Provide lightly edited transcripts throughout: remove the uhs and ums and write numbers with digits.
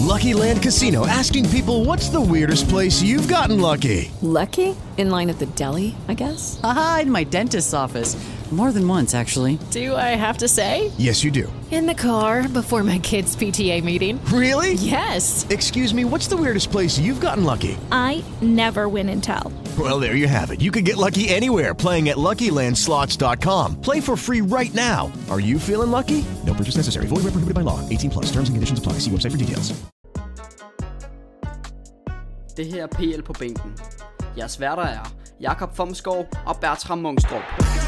Lucky Land Casino, asking people, what's the weirdest place you've gotten lucky? Lucky? In line at the deli, I guess? Aha, in my dentist's office. More than once, actually. Do I have to say? Yes, you do. In the car before my kids' PTA meeting. Really? Yes. Excuse me, what's the weirdest place you've gotten lucky? I never win and tell. Well, there you have it. You can get lucky anywhere, playing at LuckyLandSlots.com. Play for free right now. Are you feeling lucky? No purchase necessary. Void where prohibited by law. 18 plus. Terms and conditions apply. See website for details. Det her er PL på bænken. Jeres værter er Jakob Fomskov og Bertram Mungstrup.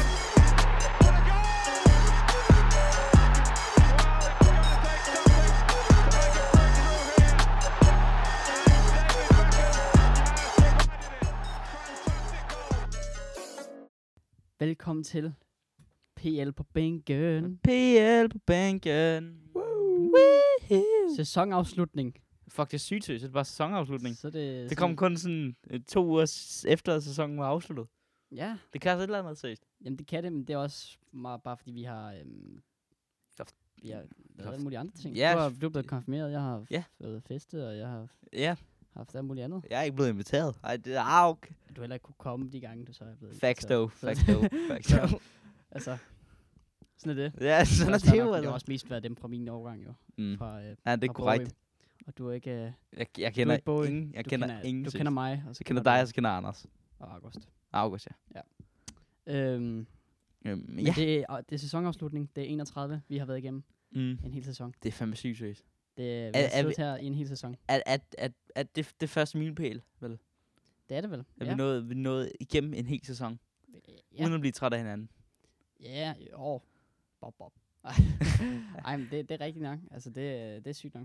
Velkommen til PL på bænken. PL på bænken. Sæsonafslutning. Fuck, det er sygt seriøst. Det er bare sæsonafslutning. Så det kom kun sådan 2 uger efter, at sæsonen var afsluttet. Ja. Det kan altså et eller andet seriøst. Jamen det kan det, men det er også bare fordi vi har lavet alle mulige andre ting. Ja. Du er blevet konfirmeret, jeg har været feste, og jeg har haft alt muligt andet. Jeg er ikke blevet inviteret. Ej, det er okay. Du heller ikke kunne komme de gange, du så er blevet Facts inviteret. Facts though. Altså, sådan er det. Ja, sådan er det jo. Det har også mest været dem fra min årgang, jo. Ja, det er fra korrekt. Og du er ikke... Jeg kender ingen. Jeg kender ingen. Du kender mig, og så kender dig, og så kender Anders. Og August. August, ja. Men det er sæsonafslutning. Det er 31, vi har været igennem. En hel sæson. Det er fandme sygt seriøst. Vi har siddet her i en hel sæson. Er det første milepæl, vel? Det er det vel, Vi nåede igennem en hel sæson. Uden at blive træt af hinanden. Ja, Bob. Ej, men det er rigtigt nok. Altså, det er sygt nok.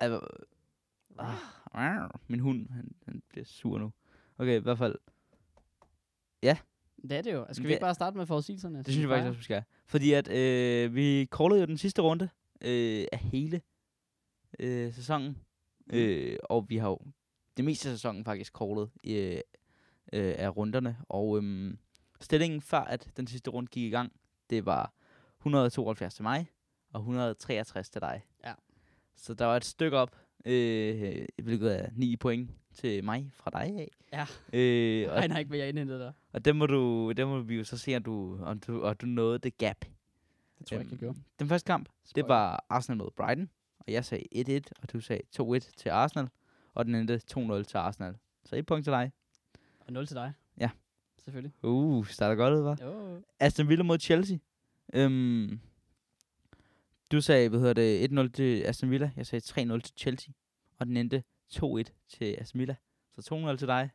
Min hund, han bliver sur nu. Okay, i hvert fald. Ja. Det er det jo. Skal vi ikke bare starte med forudsigelserne? Det synes jeg faktisk også, vi skal. Fordi at vi callede jo den sidste runde af hele sæsonen. Og vi har jo det meste af sæsonen faktisk callet af runderne. Og stillingen før at den sidste runde gik i gang, det var 172 til mig og 163 til dig. Ja. Så der var et stykke op, hvilket er 9 point til mig fra dig af. Ja. Og jeg ikke, hvad jeg indhentede der. Og det må vi jo så se, om du nåede det gap. Det tror jeg ikke, jeg gjorde. Den første kamp, det var Arsenal mod Brighton. Og jeg sagde 1-1, og du sagde 2-1 til Arsenal. Og den endte 2-0 til Arsenal. Så 1 point til dig. Og 0 til dig. Ja. Selvfølgelig. Starter godt ud, hva'? Jo. Aston Villa mod Chelsea. Du sagde, 1-0 til Aston Villa. Jeg sagde 3-0 til Chelsea. Og den endte 2-1 til Aston Villa. Så 2-0 til dig.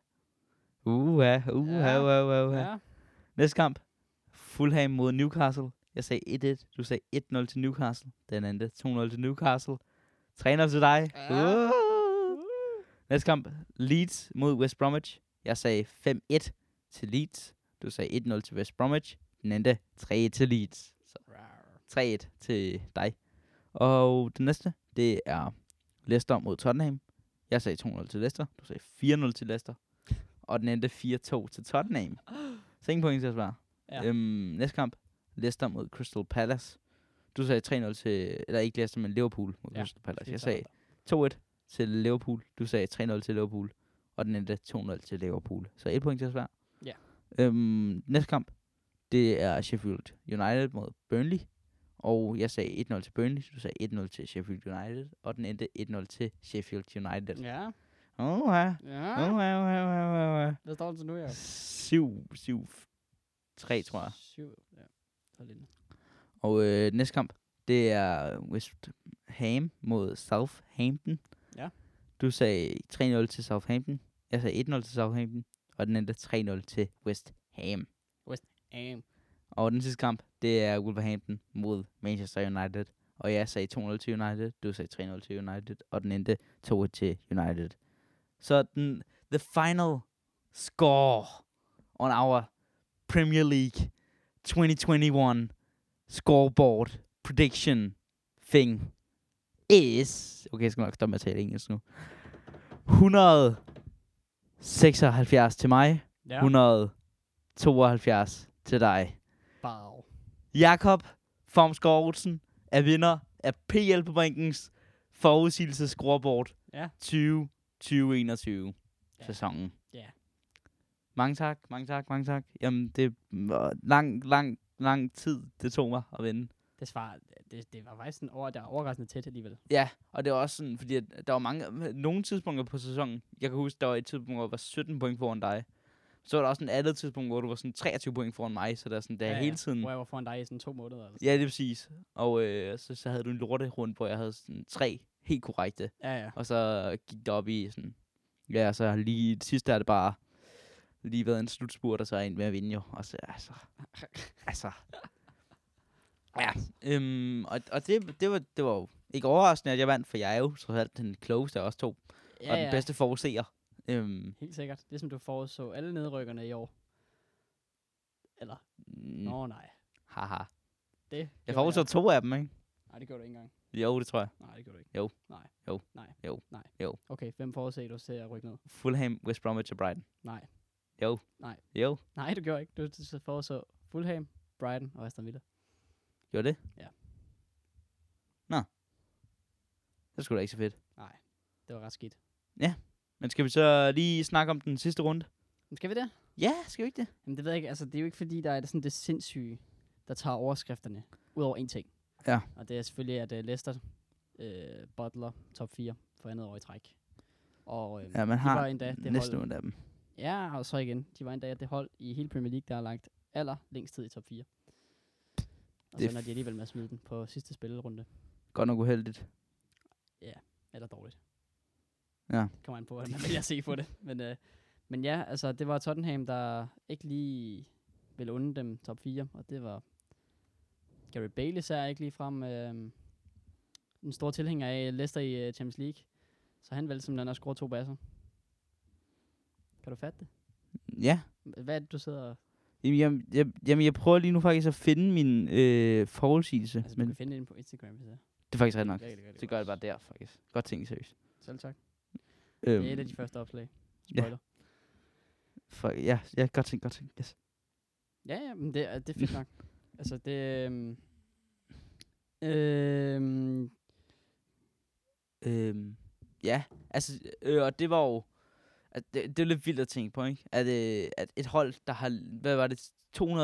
Ja. Næste kamp. Fulham mod Newcastle. Jeg sagde 1-1. Du sagde 1-0 til Newcastle. Den endte 2-0 til Newcastle. 3-0 til dig. Ja. Næste kamp. Leeds mod West Bromwich. Jeg sagde 5-1 til Leeds. Du sagde 1-0 til West Bromwich. Den endte 3-1 til Leeds. Så 3-1 til dig. Og den næste, det er Leicester mod Tottenham. Jeg sagde 2-0 til Leicester. Du sagde 4-0 til Leicester. Og den endte 4-2 til Tottenham. Så ingen point til at svare. Ja. Næste kamp. Leicester mod Crystal Palace. Du sagde 3-0 til... Eller ikke Leicester, men Liverpool mod Crystal Palace. Jeg sagde 2-1 til Liverpool. Du sagde 3-0 til Liverpool. Og den endte 2-0 til Liverpool. Så 1 point til at svare. Ja. Næste kamp. Det er Sheffield United mod Burnley. Og jeg sagde 1-0 til Burnley. Du sagde 1-0 til Sheffield United. Og den endte 1-0 til Sheffield United. Ja. Ja. Hvad står det til nu, ja? 7-3, tror jeg. 7, ja. Så lidt. Og næste kamp, det er West Ham mod Southampton. Ja. Du sagde 3-0 til Southampton. Jeg sagde 1-0 til Southampton. Og den endte 3-0 til West Ham. West Ham. Og den sidste kamp, det er Wolverhampton mod Manchester United. Og jeg sagde 2-0 til United. Du sagde 3-0 til United. Og den endte 2-1 til United. Så the final score on our Premier League 2021 scoreboard prediction thing is... Okay, jeg skal nok stoppe med at tale engelsk nu. 176 til mig. Ja. 172 til dig. Wow. Jakob Fomskov Olsen er vinder af PL på Brinkens forudsigelse scoreboard Ja. 2021 sæsonen. Ja. Mange tak. Jamen, det var lang tid, det tog mig at vinde. Det var faktisk der overraskende tæt alligevel. Ja, og det var også sådan, fordi at der var nogle tidspunkter på sæsonen. Jeg kan huske, der var et tidspunkt, hvor jeg var 17 point foran dig. Så var der også en andet tidspunkt, hvor du var sådan 23 point foran mig, så der er sådan, der hele tiden... Hvor jeg var foran dig i sådan 2 måneder. Eller Ja, det er præcis. Og så havde du en lorterunde, hvor jeg havde sådan 3 helt korrekte. Ja. Og så gik det op i sådan... Ja, så lige det sidste er det bare lige været en slutspurt, og så er en med at vinde jo. Og så altså... Ja. Og det var jo ikke overraskende, at jeg vandt, for jeg er jo så alt den klogeste af os to. Og den bedste forudseer. Helt sikkert. Det som du forudså alle nedrykkerne i år. Eller? Nå, nej. Haha. Det Jeg forudså 2 af dem, ikke? Nej, det gjorde du ikke engang. Jo, det tror jeg. Nej, det gjorde du ikke. Jo. Nej. Jo. Nej. Jo. Nej. Jo. Okay, hvem forudser du til at rykke ned? Fulham, West Bromwich og Brighton. Nej. Jo. Nej. Jo. Nej, du gjorde ikke. Du forudså Fulham, Brighton og Aston Villa. Gjorde det? Ja. Nå. Det skulle da ikke så fedt. Nej, det var ret skidt. Ja. Men skal vi så lige snakke om den sidste runde? Men skal vi det? Ja, skal vi ikke det? Jamen det ved jeg ikke. Altså, det er jo ikke fordi, der er sådan det sindssyge, der tager overskrifterne. Udover en ting. Ja. Og det er selvfølgelig, at Leicester bottler top 4 for andet år i træk. Og Ja, man de har var endda det næsten hold, ud af dem. Ja, og så igen. De var endda det hold i hele Premier League, der har lagt længst tid i top 4. Og så ender de alligevel med at smide den på sidste spillerunde. Godt nok uheldigt. Ja, eller dårligt. Ja. Kommer an på, hvordan man vælger at se på det. Men ja, altså det var Tottenham, der ikke lige ville unde dem top 4. Og det var Gary Bailey, så er ikke lige frem en stor tilhænger af Leicester i Champions League. Så han valgte simpelthen at score 2 basser. Kan du fatte det? Ja. Hvad er det, du sidder og... Jamen, jeg prøver lige nu faktisk at finde min forudsigelse. Altså, men du kan finde det inde på Instagram, hvis det er. det er faktisk ret nok. Rigtig Så gør jeg bare der, faktisk. Godt tænkt, seriøst. Selv tak. Det er et af de første opslag. Spoiler. Ja, godt tænkt, yes. Ja, men det er fedt nok. Altså, det... Ja, altså, og det var jo... Det er lidt vildt at tænke på, ikke? At et hold, der har, hvad var det,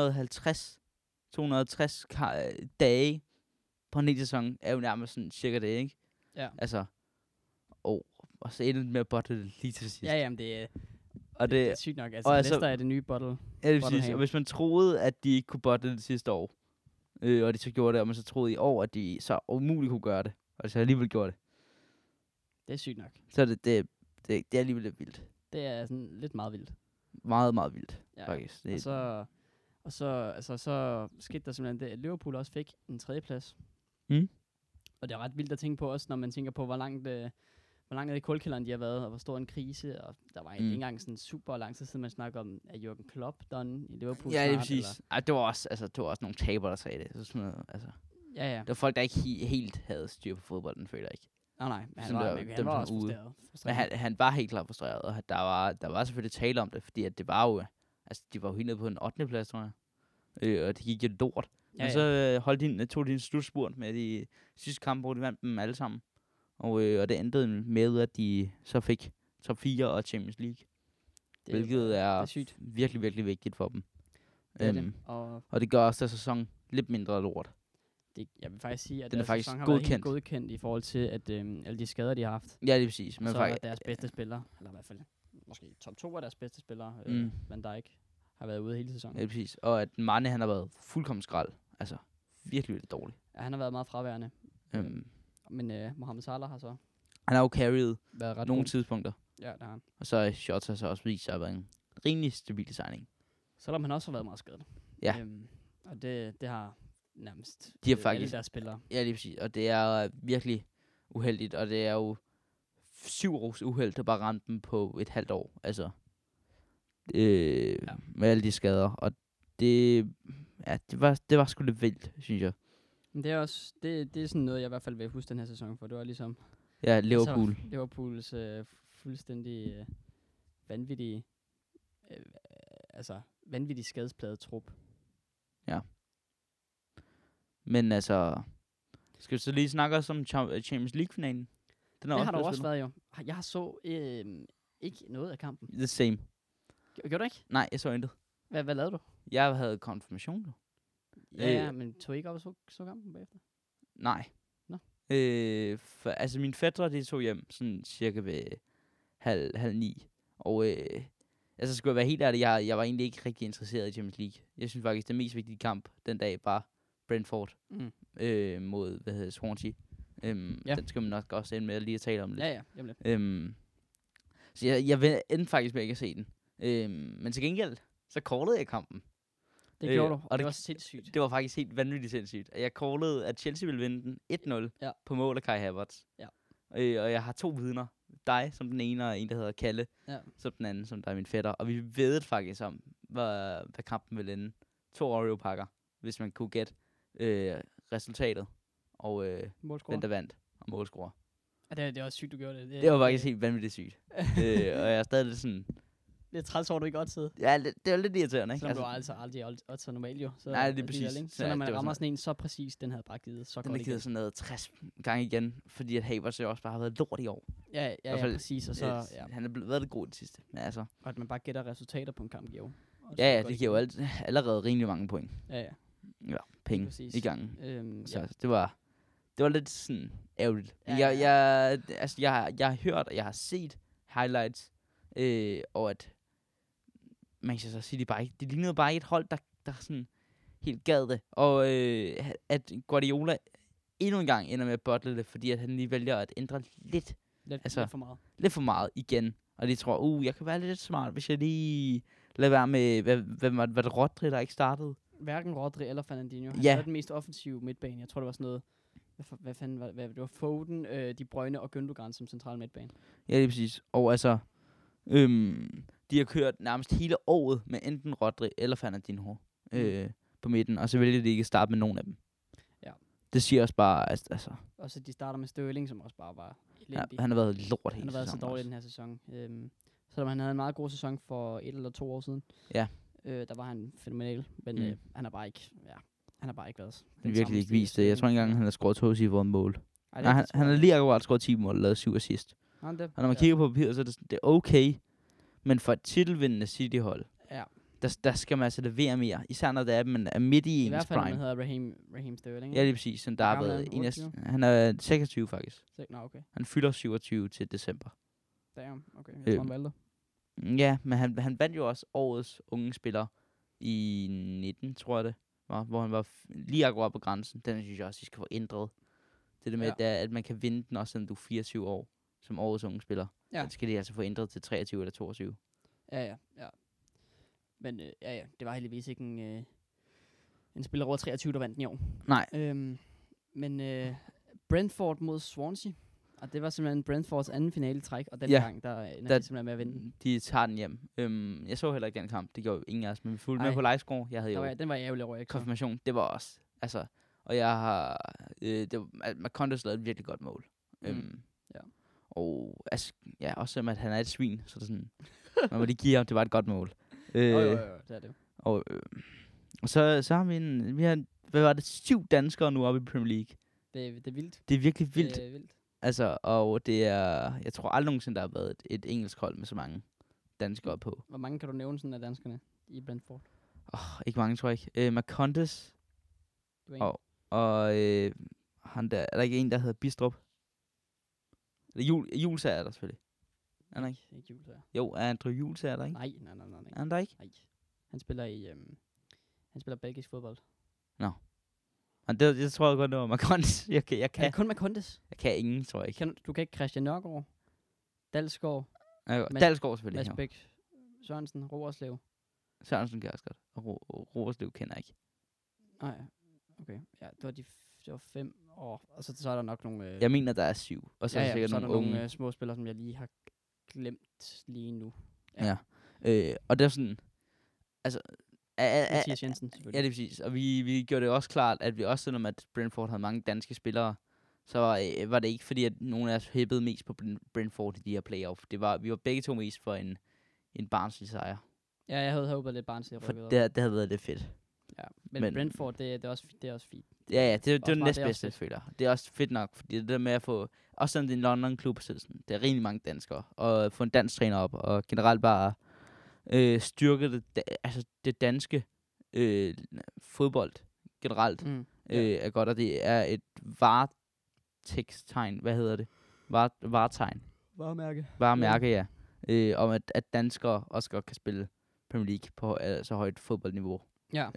260 dage på en hel sæson, er jo nærmest sådan cirka det, ikke? Ja. Altså, og så ender det med at bottle lige til sidst. Ja, jamen det er... Og det er sygt nok. Altså, Leicester er det nye bottle. Ja, det er præcis. Og hvis man troede, at de ikke kunne bottle det sidste år, og de så gjorde det, og man så troede i år, at de så umuligt kunne gøre det, og de så alligevel gjorde det. Det er sygt nok. Så det er alligevel lidt vildt. Det er sådan lidt meget vildt. Meget, meget vildt, Ja. faktisk. Og så skete der simpelthen det, at Liverpool også fik en 3. plads. Mm. Og det er ret vildt at tænke på også, når man tænker på, hvor langt nede i kulkælderen de har været, og hvor stor en krise. Og der var ikke engang sådan super lang tid siden, man snakker om, at Jürgen Klopp done i Liverpool. Ja, det er præcis. Ej, det var også nogle taber, der sagde det. Så sådan noget, altså. Ja. Det var folk, der ikke helt havde styr på fodbolden, føler jeg ikke. Nej, men han Sådan var også frustreret. Men han var helt klart frustreret, og der var selvfølgelig tale om det, fordi at det var jo, altså de var jo helt nede på en 8. plads, tror jeg. Og det gik jo lort. Men så tog de en slutspurt med de sidste kampe, hvor de vandt dem alle sammen. Og det endte med, at de så fik top 4 og Champions League. Hvilket er virkelig, virkelig vigtigt for dem. Og det gør også deres sæson lidt mindre lort. Jeg vil faktisk sige, at den er faktisk sæson har været helt godkendt i forhold til, at alle de skader, de har haft. Ja, det er præcis. Men så er deres bedste spillere, eller i hvert fald måske top 2 af deres bedste spillere, Van Dijk, har været ude hele sæsonen. Ja, det er præcis. Og at Mane, han har været fuldkommen skrald. Altså, virkelig, virkelig dårlig. Ja, han har været meget fraværende. Men Mohamed Salah har så... Han har jo carried nogle god. tidspunkter. Ja, det har han. Og så er Jota så også vist sig at være en rimelig stabil signing. Selvom han også har været meget skadet. Ja. Og det har nærmest de har faktisk alle deres spillere. Ja, det er præcis. Og det er virkelig uheldigt. Og det er jo 7 års uheld, der bare ramte dem på et halvt år. Altså, med alle de skader. Og det var sgu lidt vildt, synes jeg. Men det er også, det er sådan noget, jeg i hvert fald vil huske den her sæson, for det var ligesom... Ja, Liverpool. Altså, Liverpools fuldstændig vanvittige skadespladet trup. Ja. Men altså, skal vi så lige snakke os om Champions League-finalen? Den er Det har der blevet også spillet. været jo. Jeg har så ikke noget af kampen. The same. Gjorde du ikke? Nej, jeg så intet. Hvad lavede du? Jeg havde konfirmation jo. Ja, men tog I ikke op og så kampen bagefter? Nej. Nå. For, altså mine fætre, de tog hjem sådan cirka ved halv 9. Og altså skulle jeg være helt ærlig, jeg var egentlig ikke rigtig interesseret i Champions League. Jeg synes faktisk, den mest vigtige kamp den dag var Brentford mod, Swansea. Ja. Den skal man nok også ende med at lige at tale om lidt. Ja, jamen lidt. Så jeg endte faktisk med ikke at se den. Men til gengæld, så callede jeg kampen. Det gjorde du, og og det var sindssygt. Det var faktisk helt vanvittigt sindssygt. Jeg callede, at Chelsea ville vinde den 1-0 på mål af Kai Havertz. Ja. Og jeg har 2 vidner. Dig som den ene, og en, der hedder Kalle, som den anden, som der er min fætter. Og vi vedede faktisk om, hvad kampen ville ende. 2 Oreo-pakker, hvis man kunne gætte resultatet. Og den, der vandt, og målscorer. Ja, det var sygt, du gjorde det. Det var faktisk helt vanvittigt sygt. Og jeg er stadig lidt sådan... Det er træls over, du ikke godt sidder. Ja, det var lidt irriterende, ikke? Selvom du altså aldrig så normalt jo. Så nej, det er præcis. Så når man rammer sådan en så præcis, den havde bare givet så godt igen. Den har givet sådan noget 60 gange igen, fordi at Havertz jo også bare har været lort i år. Ja, præcis. Og så, han er været det god det sidste. Men altså. Og at man bare gætter resultater på en kamp, giver jo. Ja, det giver jo allerede rimelig mange point. Ja. Ja, penge i gangen. Så det var lidt sådan ærgerligt. Jeg har hørt, og jeg har set highlights, og at Manchester City bare ikke, det lignede bare et hold, der sådan helt gad det. Og at Guardiola endnu en gang ender med at bottle det, fordi at han lige vælger at ændre lidt for meget. Lidt for meget igen. Og de tror, jeg kan være lidt smart, hvis jeg lige lader være med, hvad det Rodri, der ikke startede. Hverken Rodri eller Fernandinho. Han var den mest offensive midtbane. Jeg tror, det var sådan noget... Hvad fanden var det? Det var Foden, De Bruyne og Gündogan som central midtbane. Ja, det er præcis. Og altså... de har kørt nærmest hele året med enten Rodri eller Fernandinho på midten, og så vælger de ikke at starte med nogen af dem. Ja. Det siger også bare, altså... Og så de starter med Sterling, som også bare var elendig. Ja, han har været lort hele Han har været så dårlig den her sæson. Selvom han havde en meget god sæson for 1 eller 2 år siden. Ja. Der var han fænomenal, men han har bare ikke... Ja, han har bare ikke været... Han har virkelig ikke vist det. Jeg tror ikke engang, han har scoret 2 cifre mål. Nej, han har lige akkurat scoret 10 mål og lavet 7 assist. Og når man kigger på papiret, så er det okay. Men for et titelvindende City-hold, der skal man altså levere mere. Især når det er, man er midt i ens prime. I hvert fald, man hedder Raheem Sterling. Ja, det er præcis. Der har været han er 26 faktisk. Okay. Han fylder 27 til december. Damn, okay. Jeg tror, han valgte. Ja, men han vandt jo også årets unge spiller i 19, tror jeg det var, hvor han var lige akkurat på grænsen. Den synes jeg også, de skal få ændret. Det med, at man kan vinde den også, selvom du er 24 år som årets unge spiller. Ja. Det skal de altså få ændret til 23 eller 22. Ja. Men det var heldigvis ikke en spiller over 23, der vandt den i år. Nej. Men Brentford mod Swansea. Og det var simpelthen Brentfords anden finale træk, og den gang, der ender de simpelthen med at vinde. De tager den hjem. Jeg så heller ikke den kamp. Det gjorde jo ingen af os, men vi fulgte med på livescore. Jeg havde den var ærgerlig over, ikke? Konfirmation, det var også. Altså, og jeg har... McConaughey lavede et virkelig godt mål. Og altså, også selvom at han er et svin, så er det sådan... man må lige give ham, det var et godt mål. Jo, det er det. Og så har vi har, hvad var det, 7 danskere nu oppe i Premier League. Det er vildt. Det er virkelig vildt. Det er vildt. Altså, og det er... Jeg tror aldrig nogensinde, der har været et engelsk hold med så mange danskere på. Hvor mange kan du nævne sådan af danskerne i Brentford? Ikke mange, tror jeg ikke. McConaughey. Og han der... Er der ikke en, der hedder Bistrup? Jules er der selvfølgelig. Er der ikke? Ikke Jules er. Jo, er Andrew Jules er der ikke? Nej. Er han der ikke? Nej. Han spiller i... han spiller belgisk fodbold. Nå. Men det tror jeg godt, det var McConaughey. Jeg kan. Er det kun McConaughey? Jeg kan ingen, tror jeg ikke. Du kan ikke Christian Nørgaard? Dalsgaard? Dalsgaard selvfølgelig. Mads Bæk, Sørensen, Roerslev? Sørensen kan jeg også godt. Og Roerslev kender jeg ikke. Nej, okay. Ja, det var 5 år. Og så er der nok nogle... Jeg mener, der er 7. Og så er der sikkert så nogle nogle små spillere, som jeg lige har glemt lige nu. Ja. Og det er sådan... Altså... Mathias Jensen, selvfølgelig. Ja, det er præcis. Og vi gjorde det også klart, at vi også, selvom at Brentford havde mange danske spillere, så var det ikke fordi, at nogen af os hæppede mest på Brentford i de her playoff. Vi var begge to mest for en barnslig sejr. Ja, jeg havde håbet lidt barnslig. For det havde været lidt fedt. Ja, men Brentford, det er også fint. Ja, det er den meget næstbedste, det jeg føler. Det er også fedt nok, fordi det der med at få, også sådan en London-klub, så sådan, det er rigtig mange danskere, og få en dansk træner op, og generelt bare styrke det danske fodbold generelt er godt, og det er et vareteksttegn, hvad hedder det? Varetegn. Varemærke, ja. Om at danskere også godt kan spille Premier League på så højt fodboldniveau. Ja.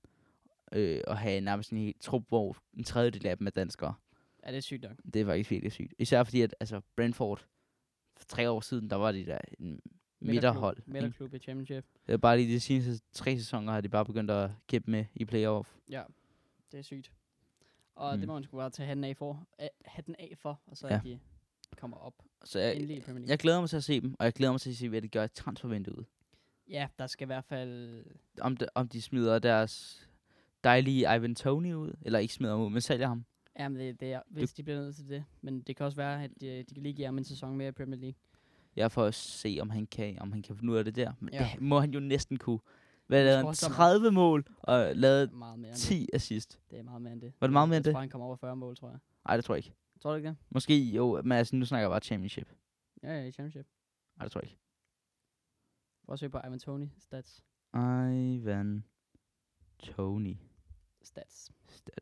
Og have nærmest en helt trup, hvor en tredjedel af dem er danskere. Ja, det er sygt nok. Det er faktisk virkelig sygt. Især fordi, at Brentford, for 3 år siden, der var de der en midterhold. Midterklub i Championship. Det er bare lige de seneste 3 sæsoner, har de bare begyndt at kæmpe med i playoff. Ja, det er sygt. Og det må man sgu bare tage hatten af for, og så at de kommer op. Så endelig i Premier League. jeg glæder mig til at se dem, og jeg glæder mig til at se, hvad de gør i transfervinduet. Ja, der skal i hvert fald... Om de smider deres dejlige Ivan Toney ud, eller ikke smider ham ud, men sælger ham. Jamen, det er, hvis de bliver nødt til det. Men det kan også være, at de kan lige give ham en sæson mere i Premier League. Jeg får også se, om han kan finde ud af det der. Men det må han jo næsten kunne. Hvad lavede han? 30 30 mål og lavede 10 assist. Det er meget mere end det. Var det meget mere end det? Jeg tror, han kommer over 40 mål, tror jeg. Nej, det tror jeg ikke. Tror du ikke det? Måske jo, men altså, nu snakker jeg bare Championship. Ja, i Championship. Nej, det tror jeg ikke. Prøv at søge på Ivan Toney stats. Ivan Toney Stats.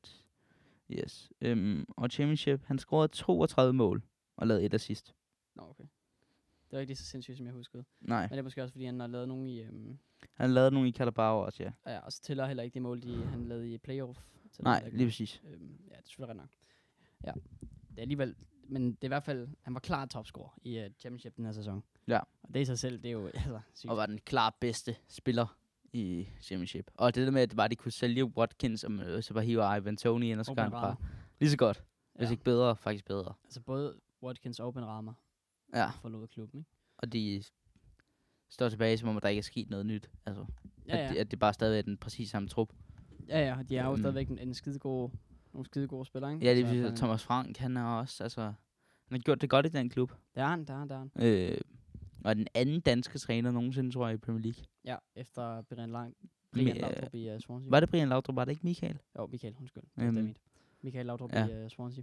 Yes. Og Championship, han scorede 32 mål og lavede 1 assist. Nå, okay. Det var ikke lige så sindssygt, som jeg huskede. Nej. Men det er måske også, fordi han har lavet nogle i... Han lavede nogle i Carabao også, ja. Ja, og så tæller heller ikke de mål, han lavede i playoff. Nej, lige præcis. Ja, det er selvfølgelig ret nok. Ja, det er alligevel... Men det er i hvert fald... Han var klar topscorer i Championship den her sæson. Ja. Og det i sig selv, det er jo sygt. Og var den klart bedste spiller i Championship. Og det der med, at bare de kunne sælge Watkins, så bare hive Ivan Toney ind, og så kan bare lige så godt. Hvis ikke bedre, faktisk bedre. Altså både Watkins og Ben Rama forlod klubben, ikke? Og de står tilbage, som om der ikke er sket noget nyt. Altså, at det bare stadig er den præcis samme trup. Ja, de har jo stadigvæk nogle skide gode spillere, ikke? Ja, det er Thomas Frank, han er også, altså, han har gjort det godt i den klub. Det er han. Og den anden danske træner nogensinde, tror jeg, i Premier League. Ja, efter Brian Laudrup i Swansea. Var det Brian Laudrup, var det ikke Michael? Jo, Michael, undskyld. Det er mit. Michael Laudrup i Swansea.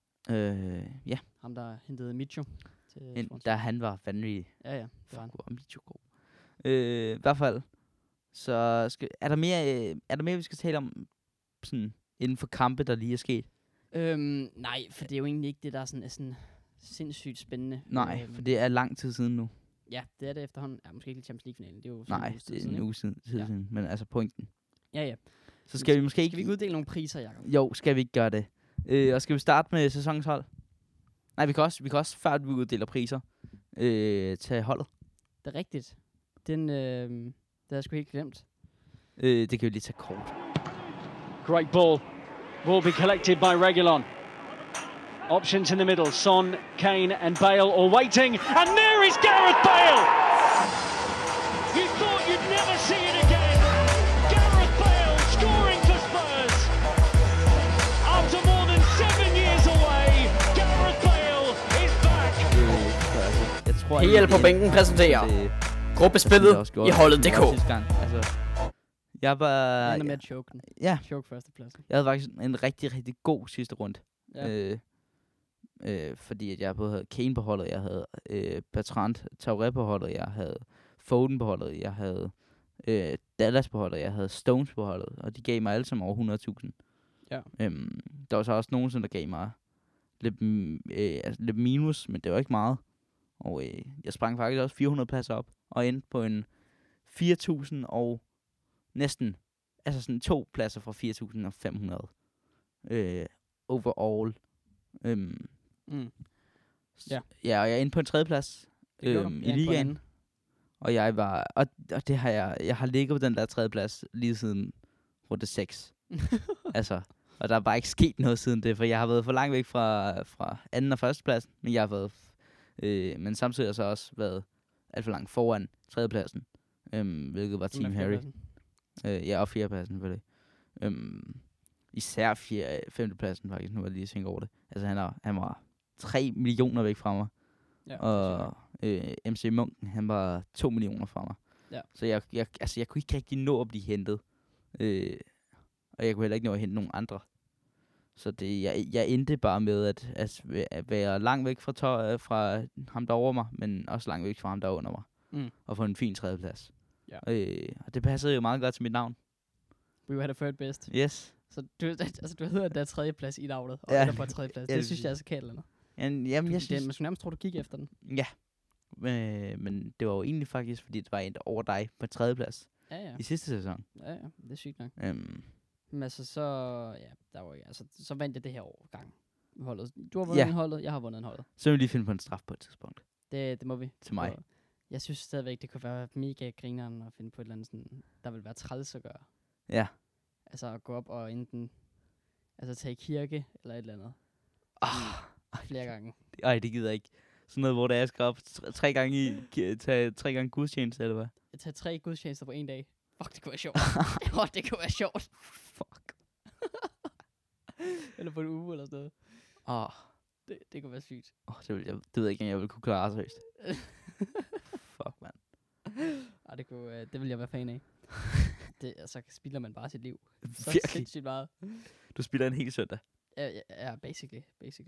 Ja. Ham, der hentede Micho til Swansea. Da han var vanvittig. Ja, det var han. Micho god. I hvert fald. Så er der mere, vi skal tale om sådan, inden for kampe, der lige er sket? Nej, for det er jo egentlig ikke det, der er sådan sindssygt spændende. Nej, for det er lang tid siden nu. Ja, det er det efterhånden. Ja, måske ikke Champions League-finalen. Det er jo det er en uge siden, men altså pointen. Ja. Så skal vi måske ikke... Skal vi ikke uddele nogle priser, Jacob? Jo, skal vi ikke gøre det. Og skal vi starte med sæsonshold? Nej, vi kan også før vi uddeler priser, tage holdet. Det er rigtigt. Det har jeg sgu helt glemt. Det kan vi lige tage kort. Great ball. Will be collected by Reguilon. Options in the middle. Son, Kane and Bale all waiting. And there is Gareth Bale! You thought you'd never see it again. Gareth Bale scoring for Spurs. After more than 7 years away, Gareth Bale is back. Jeg tror, Hjælp på bænken præsenterer gruppespillet i holdet.dk. Jeg var... Jeg med at choke den. Ja. Choke førstepladsen. Jeg havde faktisk en rigtig, rigtig god sidste runde. Ja. Fordi at jeg både havde Kane på holdet, jeg havde Bertrand Traoré på holdet, jeg havde Foden på holdet, jeg havde Dallas på holdet, jeg havde Stones på holdet, og de gav mig alle sammen over 100.000. Ja. Der var så også nogen, der gav mig lidt minus, men det var ikke meget. Og jeg sprang faktisk også 400 pladser op, og endte på en 4.000 og næsten, altså sådan 2 pladser fra 4.500 overall. Ja. Ja, og jeg er inde på en 3. plads i ligaen. Og jeg var, og det har jeg har ligget på den der 3. plads lige siden runde 6. Altså, og der er bare ikke sket noget siden det, for jeg har været for langt væk fra 2. og 1. pladsen, men jeg har været, men samtidig har jeg så også været alt for langt foran 3. pladsen, hvilket var Team Harry. Ja, og 4. pladsen selvfølgelig. Især 5. pladsen faktisk, nu var jeg lige tænkt over det. Altså han var 3 millioner væk fra mig. Ja, og MC Munken, han var 2 millioner fra mig. Ja. Så jeg kunne ikke rigtig nå at blive hentet. og jeg kunne heller ikke nå at hente nogen andre. Så jeg endte bare med at være langt væk fra ham, der over mig, men også langt væk fra ham, der under mig. Og få en fin tredjeplads. Ja. Og det passede jo meget godt til mit navn. We had a third best. Yes. Så du hedder der tredjeplads i navnet, og Ja. ender på tredjeplads. Det synes jeg er så kælt, eller? Jamen, jeg synes... Man skulle nærmest tro, du gik efter den. Ja. Men det var jo egentlig faktisk, fordi det var endt over dig på tredjeplads Ja. i sidste sæson. Ja, det er sygt nok. Men altså, så vandt jeg det her årgang. Holdet. Du har vundet en holdet, jeg har vundet en holdet. Så vil vi lige finde på en straf på et tidspunkt. Det må vi. Til mig. Og jeg synes stadigvæk, det kunne være mega grineren at finde på et eller andet sådan, der vil være træls at gøre. Ja. Altså at gå op og enten tage i kirke eller et eller andet. Flere gange. Ej, det gider jeg ikke. Sådan noget, hvor jeg skal op tre gange gudstjeneste, eller hvad? Jeg tager 3 gudstjenester på en dag. Fuck, det kunne være sjovt. Det kunne være sjovt. Fuck. Eller på en uge eller sådan noget. Det kunne være sygt. Det ved jeg ikke, om jeg ville kunne klare seriøst. Fuck, mand. Det vil jeg være fan af. Så spilder man bare sit liv. Så Virkelig. sindssygt meget. Du spiller en hel søndag. Ja, basically.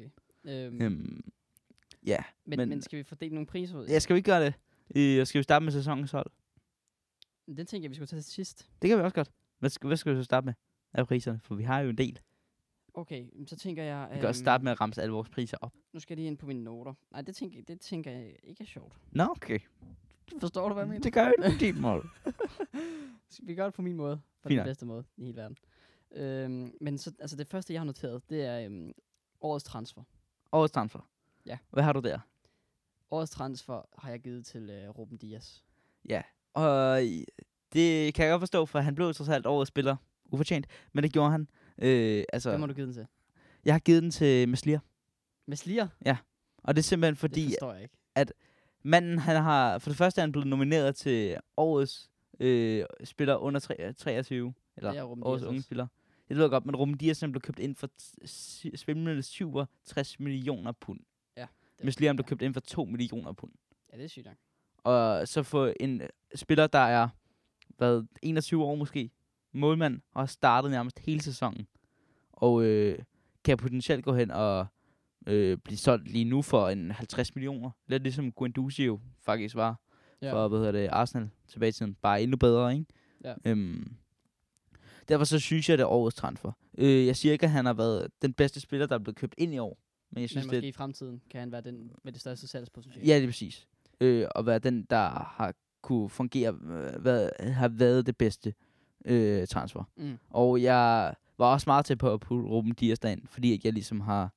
Ja. Men skal vi fordele nogle priser ud? Ja, skal vi ikke gøre det? Skal vi starte med sæsonens hold? Den tænker jeg, vi skulle tage til sidst. Det kan vi også godt. Hvad skal vi så starte med af priserne? For vi har jo en del. Okay, så tænker jeg... Vi kan også starte med at ramse alle vores priser op. Nu skal jeg lige ind på mine noter. Nej, det tænker jeg ikke er sjovt. Nå, okay. Forstår du, hvad jeg mener? Det gør jeg på din måde. Vi gør det på min måde. På den bedste måde i hele verden. Men så, altså det første, jeg har noteret, det er årets transfer. Årets transfer? Ja. Hvad har du der? Årets transfer har jeg givet til Ruben Dias. Ja, og det kan jeg godt forstå, for han blev trods alt årets spiller ufortjent, men det gjorde han. Hvem har du givet den til? Jeg har givet den til Meslier. Meslier? Ja, og det er simpelthen fordi, det forstår jeg ikke. At manden, han har, for det første er han blevet nomineret til årets spiller under 23, eller årets unge spiller. Det lyder godt, men Ruben Dias blev købt ind for svimlende 67 millioner pund. Ja. Meslier blev købt ind for 2 millioner pund. Ja, det er sygt nok. Og så få en spiller, der er 21 år måske, målmand, og har startet nærmest hele sæsonen. Og kan potentielt gå hen og blive solgt lige nu for en 50 millioner. Lidt ligesom Guendouzi jo faktisk var for, Arsenal tilbage i tiden. Bare endnu bedre, ikke? Ja. Derfor så synes jeg, det er årets transfer. Jeg siger ikke, at han har været den bedste spiller, der er blevet købt ind i år. Men jeg synes, måske i fremtiden kan han være den med det største salgspotentiale. Ja, det er præcis. Og være den, der har kunne fungere, har været det bedste transfer. Og jeg var også meget til på at putte Ruben Dias derind, fordi jeg ligesom har,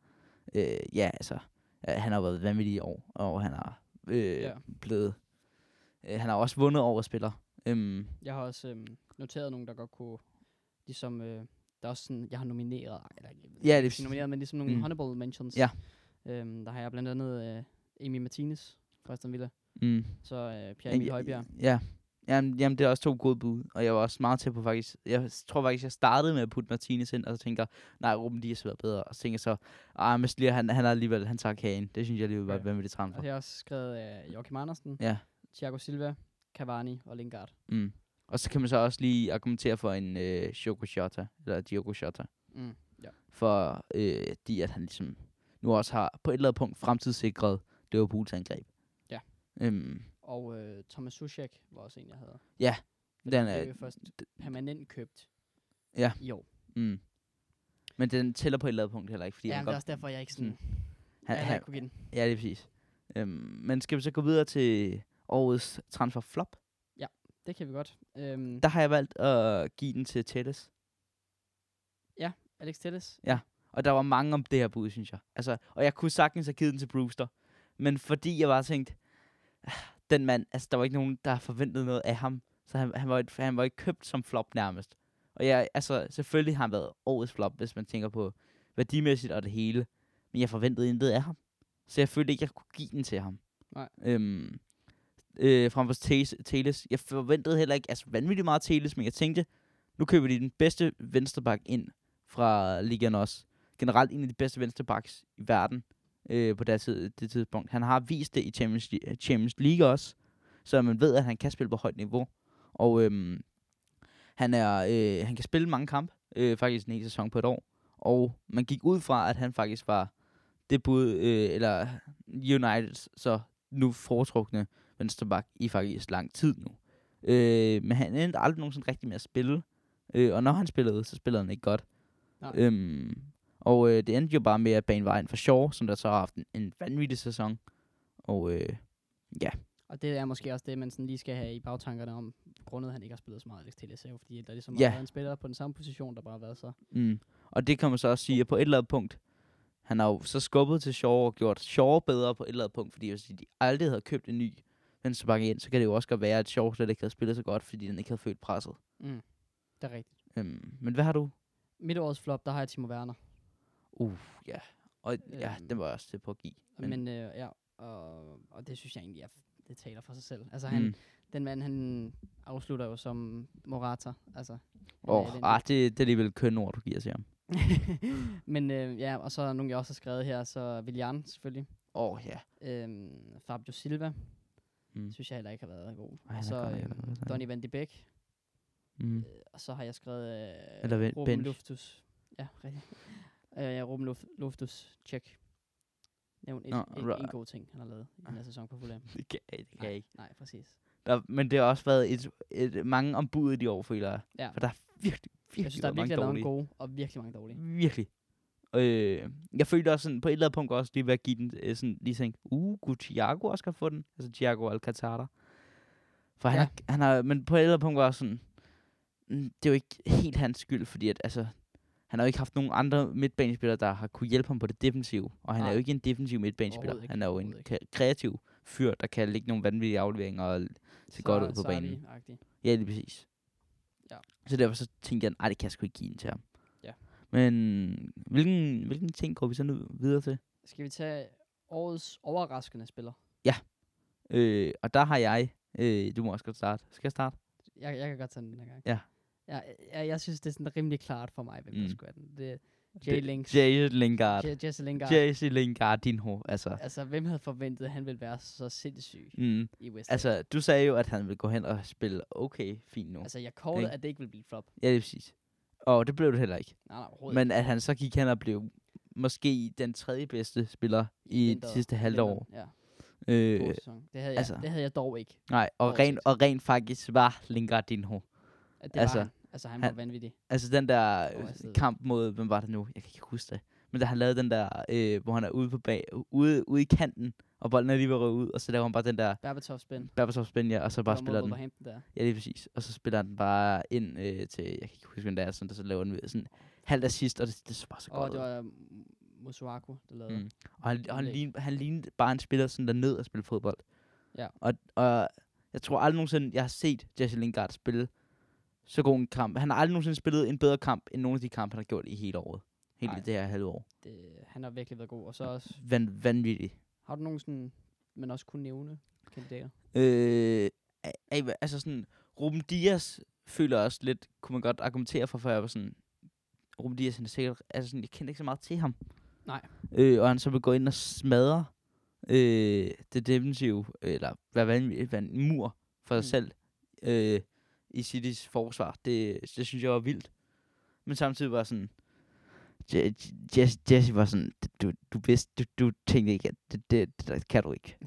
han har været vanvittig i år, og han har blevet, han har også vundet årets spiller. Jeg har også noteret nogen, der godt kunne, ligesom, der er også sådan, jeg har nomineret, eller ikke nomineret, men ligesom nogle honorable mentions. Ja. Der har jeg blandt andet Emi Martinez fra Aston Villa. Så Pierre Emil Højbjerg. Ja. Jamen, det er også 2 gode bud, og jeg var også meget til på faktisk, jeg tror faktisk, jeg startede med at putte Martinez ind, og så tænker nej, Ruben Dias har været bedre, og så tænker jeg så, Meslier, han er alligevel, han tager kagen. Det synes jeg alligevel var hvem vil det transfer. Og jeg har også skrevet Joachim Andersen, Thiago Silva, Cavani og Lingard. Og så kan man så også lige argumentere for en Diogo Jota. For at han ligesom nu også har på et eller andet punkt fremtidssikret Liverpools angreb. Ja. Og Thomas Suchek var også en, jeg havde. Ja. Den er jo først permanent købt i år. Men den tæller på et eller andet punkt heller ikke. Fordi det er også derfor, jeg ikke sådan... Han kunne give den. Ja, det er præcis. Men skal vi så gå videre til årets transfer flop? Ja, det kan vi godt. Der har jeg valgt at give den til Telles. Ja, Alex Telles. Ja, og der var mange om det her bud, synes jeg. Altså, og jeg kunne sagtens have givet den til Brewster. Men fordi jeg bare tænkte, den mand, altså der var ikke nogen, der forventede noget af ham. Så han var ikke købt som flop nærmest. Og selvfølgelig har han været årets flop, hvis man tænker på værdimæssigt og det hele. Men jeg forventede intet af ham. Så jeg følte ikke, jeg kunne give den til ham. Nej. Frem for Telles. Jeg forventede heller ikke, vanvittigt meget Telles, men jeg tænkte, nu køber de den bedste venstreback ind fra ligaen også. Generelt en af de bedste venstrebacks i verden på det tidspunkt. Han har vist det i Champions League også, så man ved, at han kan spille på højt niveau. Og han kan spille mange kampe. faktisk en hel sæson på et år. Og man gik ud fra, at han faktisk var det bud, eller Uniteds så nu foretrukne venstreback i faktisk lang tid nu. Men han endte aldrig nogensinde rigtig med at spille. Og når han spillede, så spillede han ikke godt. Og det endte jo bare med at bane vejen for Shaw, som der så har haft en vanvittig sæson. Og ja. Og det er måske også det, man sådan lige skal have i bagtankerne om, grundet at han ikke har spillet så meget Alex Telles, fordi der er ligesom været en spiller på den samme position, der bare har været så. Og det kan man så også sige, at på et eller andet punkt, han har jo så skubbet til Shaw og gjort Shaw bedre på et eller andet punkt, fordi hvis de aldrig havde købt en ny venstreback ind, så kan det jo også godt være, at Shaw slet ikke havde spillet så godt, fordi den ikke havde følt presset. Det er rigtigt. Men hvad har du? Midtårets flop, der har jeg Timo Werner. Ja. Og ja, den var også til på at give. Men og det synes jeg egentlig, det taler for sig selv. Altså den mand, han afslutter jo som Morata. Altså, det er alligevel køn ord, du giver til ham. Men og så er nogle, jeg også har skrevet her, så Willian selvfølgelig. Fabio Silva. Synes jeg heller ikke har været god. Og så Donny van de Beek. Og så har jeg skrevet Ruben Loftus. Ja, rigtigt. Ruben Loftus, check. Nævn en god ting, han har lavet i den her sæson på Fulham. Det kan jeg ikke. Nej, præcis. Men det har også været et mange ombud i de år, føler jeg. Ja. For der er virkelig jeg synes, der er virkelig mange gode, og virkelig mange dårlige. Virkelig. Jeg følte også sådan, på et eller andet punkt også lige ved at give den, sådan lige tænke, kunne Thiago også godt få den? Altså Thiago Alcantara. For han har, men på et eller andet punkt også sådan, det er jo ikke helt hans skyld, fordi at, altså, han har jo ikke haft nogen andre midtbanespillere, der har kunne hjælpe ham på det defensive. Og han er jo ikke en defensiv midtbanespiller. Han er jo en kreativ fyr, der kan lægge nogle vanvittige afleveringer og se godt ud på banen. Ja, lige præcis. Ja. Så derfor så tænkte jeg, det kan jeg sgu ikke give den til ham. Ja. Men hvilken ting går vi så nu videre til? Skal vi tage årets overraskende spiller? Ja. Og der har jeg... du må også godt starte. Skal jeg starte? Jeg kan godt tage den her gang. Ja. Jeg synes, det er sådan rimelig klart for mig, hvem der skulle have den. Det er Jesse Lingard, din hår. Altså, hvem havde forventet, at han ville være så sindssyg i West Ham? Altså, du sagde jo, at han ville gå hen og spille okay fint nu. Altså, jeg callede, at det ikke ville blive flop. Ja, det er præcis. Og det blev det heller ikke. Nej, men at han så gik hen og blev måske den tredje bedste spiller i de sidste halvt år. Ja. Det havde jeg dog ikke. Nej, og rent faktisk var Lingard din hår. Altså, han var vanvittig. Altså, den der kamp mod, hvem var det nu? Jeg kan ikke huske det. Men da han lavede den der, hvor han er ude i kanten, og bolden er lige ved at røve ud, og så laver han bare den der... Berbatov-spin, ja, og så bare spiller den... Ja, lige præcis. Og så spiller den bare ind til, jeg kan ikke huske, hvem det er, sådan, der så laver den sådan halvt assist, og det så bare så godt ud. Og det var Masuaku, der lavede. Og han lignede bare en spiller, sådan der ned at spille fodbold. Ja. Og jeg tror aldrig nogensinde, jeg har set Jesse Lingard spille så god en kamp. Han har aldrig nogensinde spillet en bedre kamp, end nogle af de kampe, han har gjort i hele året. Helt i det her halve år. Han har virkelig været god. Og så også... Vanvittig. Har du nogen sådan, man også kunne nævne kandidater? Altså sådan, Ruben Dias føler også lidt, kunne man godt argumentere for jeg var sådan, Ruben Dias, han er sikkert, altså sådan, jeg kendte ikke så meget til ham. Nej. Og han så vil gå ind og smadre det defensive, eller hvad en mur for sig selv, i Citys forsvar. Det synes jeg var vildt. Men samtidig var sådan, Jesse var sådan, du vidste, du tænkte ikke, at det kan du ikke.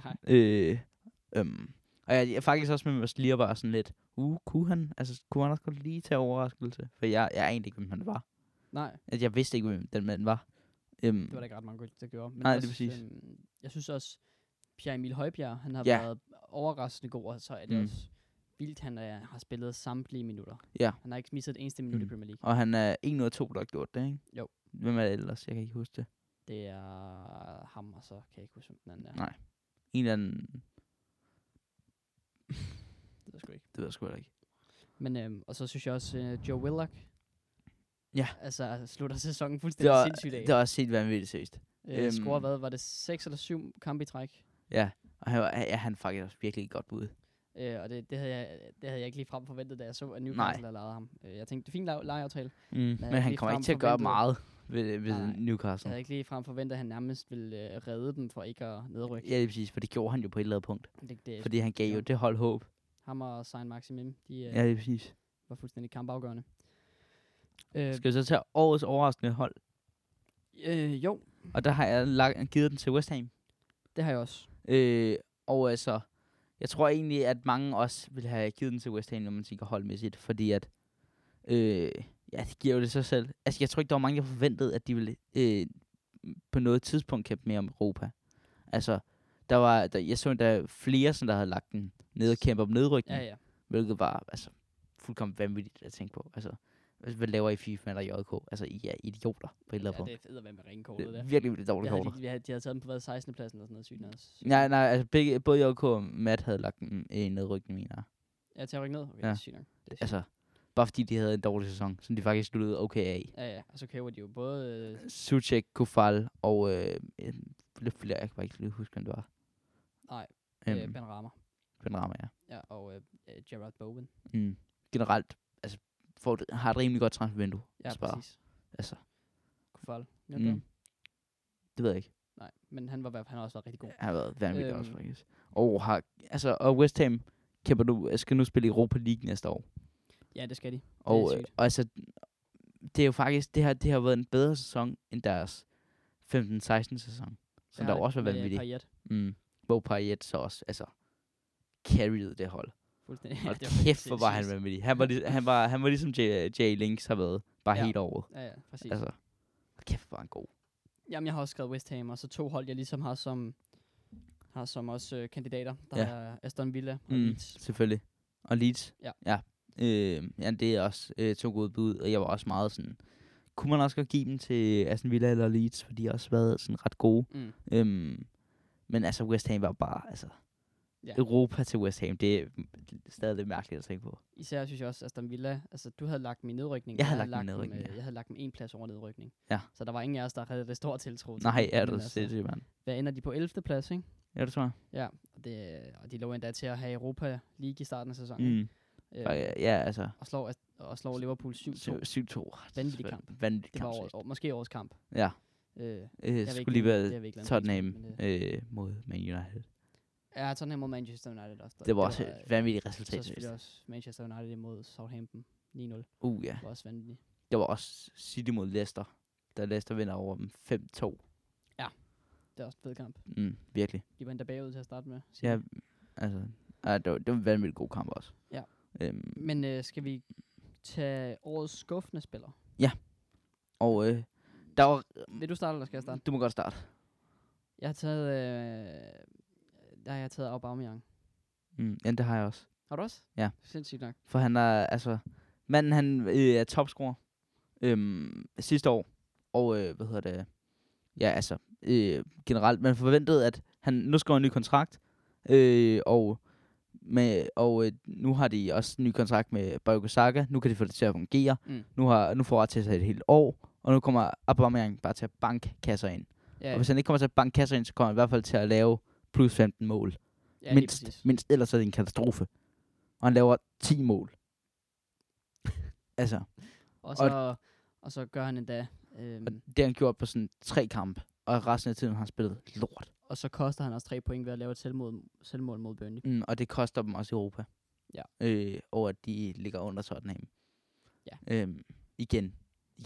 Og jeg faktisk også med Maslier var sådan lidt, kunne han også godt lige tage overraskelse? For jeg egentlig ikke, hvem han var. Nej. At jeg vidste ikke, hvem den mand var. Det var da ikke ret mange, der gjorde. Men nej, også, det er præcis. Jeg synes også, Pierre Emil Højbjerg, han har været overraskende god, og så er det også vildt, han har spillet samtlige minutter. Ja. Han har ikke misset et eneste minut i Premier League. Og han er 1 ud af 2, der har gjort det, ikke? Jo. Hvem er det ellers? Jeg kan ikke huske det. Det er ham, og så kan jeg ikke huske, hvem den anden er. Nej. En eller anden... Det ved jeg sgu ikke. Det ved jeg sgu ikke. Men, og så synes jeg også, Joe Willock. Ja. Altså, slutter sæsonen fuldstændig sindssygt af. Det er også helt vanvittigt seriøst. Scorer hvad? Var det 6 eller 7 kampe i træk? Ja, og han faktisk også virkelig godt bud. Og det havde jeg ikke lige frem forventet, da jeg så, at Newcastle havde lavet ham. Jeg tænkte, det er fint lejeaftale. Men han kommer ikke til at gøre meget ved Newcastle. Jeg havde ikke lige frem forventet, at han nærmest ville redde dem for ikke at nedrykke. Ja, det er præcis, for det gjorde han jo på et eller andet punkt. Fordi han gav jo det hold håb. Ham og Saint Maximim, ja, det er præcis. Var fuldstændig kampafgørende. Skal vi så tage årets overraskende hold? Jo, Og der har jeg givet den til West Ham. det har jeg også. Og altså, jeg tror egentlig, at mange også vil have givet den til West Ham, når man tænker holdmæssigt, fordi at, ja, det giver jo det sig selv. Altså, jeg tror ikke, der var mange, der forventede, at de ville på noget tidspunkt kæmpe mere om Europa. Altså, jeg så der flere, som der havde lagt den ned og kæmpe om nedrykning, Ja. hvilket var altså fuldkommen vanvittigt at tænke på. Altså, hvad laver I FIFA eller JK? Altså, I er idioter på et eller andet punkt. Det er med ringekortet Det der. er virkelig dårligt kort. De havde taget dem på 16. pladsen eller sådan noget sygt noget. Nej, altså både JK og Matt havde lagt en nedrykning, mener jeg. Ja, til at rykke ned? Okay, Ja. det er sygt nok. Det er sygt. Altså, bare fordi de havde en dårlig sæson, som de faktisk sluttede okay af. Ja, og så kæver de jo både... Suchek, Kufal og lidt flere, jeg kan bare ikke lige huske, hvem det var. Nej, Ben Rama. Ben Rama, ja. Ja, og Gerard Bowen. Generelt, altså, har et rimelig godt transfervindue. Ja, præcis. Altså, Kufal. det ved jeg ikke. Nej, men han har også været rigtig god. Han har været vanvittigt også, faktisk. Og West Ham skal nu spille Europa League næste år. Ja, det skal de. Og det er sygt. altså, det er jo faktisk, det har været en bedre sæson end deres 15-16 sæson. Som der også var vanvittigt. Payet. Hvor Payet så også, altså, carried det hold. Fuldstændig. Og kæft, hvor var han vanvittig. Han var ligesom Jay Links har været, bare helt over. Ja, præcis. Altså, kæft, hvor var han god. Jamen, jeg har også skrevet West Ham, og så 2 hold, jeg ligesom har som også kandidater. Der er Aston Villa og Leeds. Selvfølgelig. Og Leeds. Ja. Ja, det er også 2 gode bud, og jeg var også meget sådan, kunne man også godt give dem til Aston Villa eller Leeds, for de har også været sådan ret gode. Men altså, West Ham var bare, altså, Europa til West Ham, det er stadig lidt mærkeligt at tænke på. Især synes jeg også, Aston Villa, altså du havde lagt dem i nedrykning. Jeg havde lagt dem i nedrykning, Jeg havde lagt dem 1 plads over nedrykning. Ja. Så der var ingen af os, der havde det store tiltro til. Nej, er du sindssygt, mand. Hvad ender de på 11. plads, ikke? Ja, det tror jeg. Ja, og de lå endda til at have Europa League i starten af sæsonen. Ja, altså. Og slår Liverpool 7-2. 7-2. Vanvittig kamp. Vanvittig kamp. Det var måske årets kamp. Ja. Skulle lige være Tottenham mod Man United. Ja, Tottenham mod Manchester United også. Det var også et vanvittigt resultat. Så selvfølgelig også Manchester United mod Southampton 9-0. Ja. Det var også vanvittigt. Det var også City mod Leicester. Da Leicester vinder over dem 5-2. Ja, det er også en fed kamp. Virkelig. De var endda bagud til at starte med. Ja, altså. Det var en vanvittig god kamp også. Ja. Men skal vi tage årets skuffende spiller? Ja. Og der var... Vil du starte, eller skal jeg starte? Du må godt starte. Jeg har taget Aubameyang. Ja, det har jeg også. Har du også? Ja. Sindssygt nok. For han er, altså... Manden, han er topscorer sidste år. Og, ja, altså... generelt, man forventede, at han nu skal en ny kontrakt. Og nu har de også en ny kontrakt med Bukayo Saka. Nu kan de få det til at fungere. Nu får han til at tage et helt år. Og nu kommer Aubameyang bare til at banke kasser ind. Ja. Og hvis han ikke kommer til at banke kasser ind, så kommer han i hvert fald til at lave plus 15 mål. Ja, mindst, ellers er det en katastrofe. Og han laver 10 mål. Altså. Og så gør han endda... og det har han gjort på sådan 3 kampe. Og resten af tiden har han spillet lort. Og så koster han også 3 point ved at lave et selvmål mod Burnley. Og det koster dem også i Europa. Ja. Og at de ligger under Tottenham. Ja. Igen.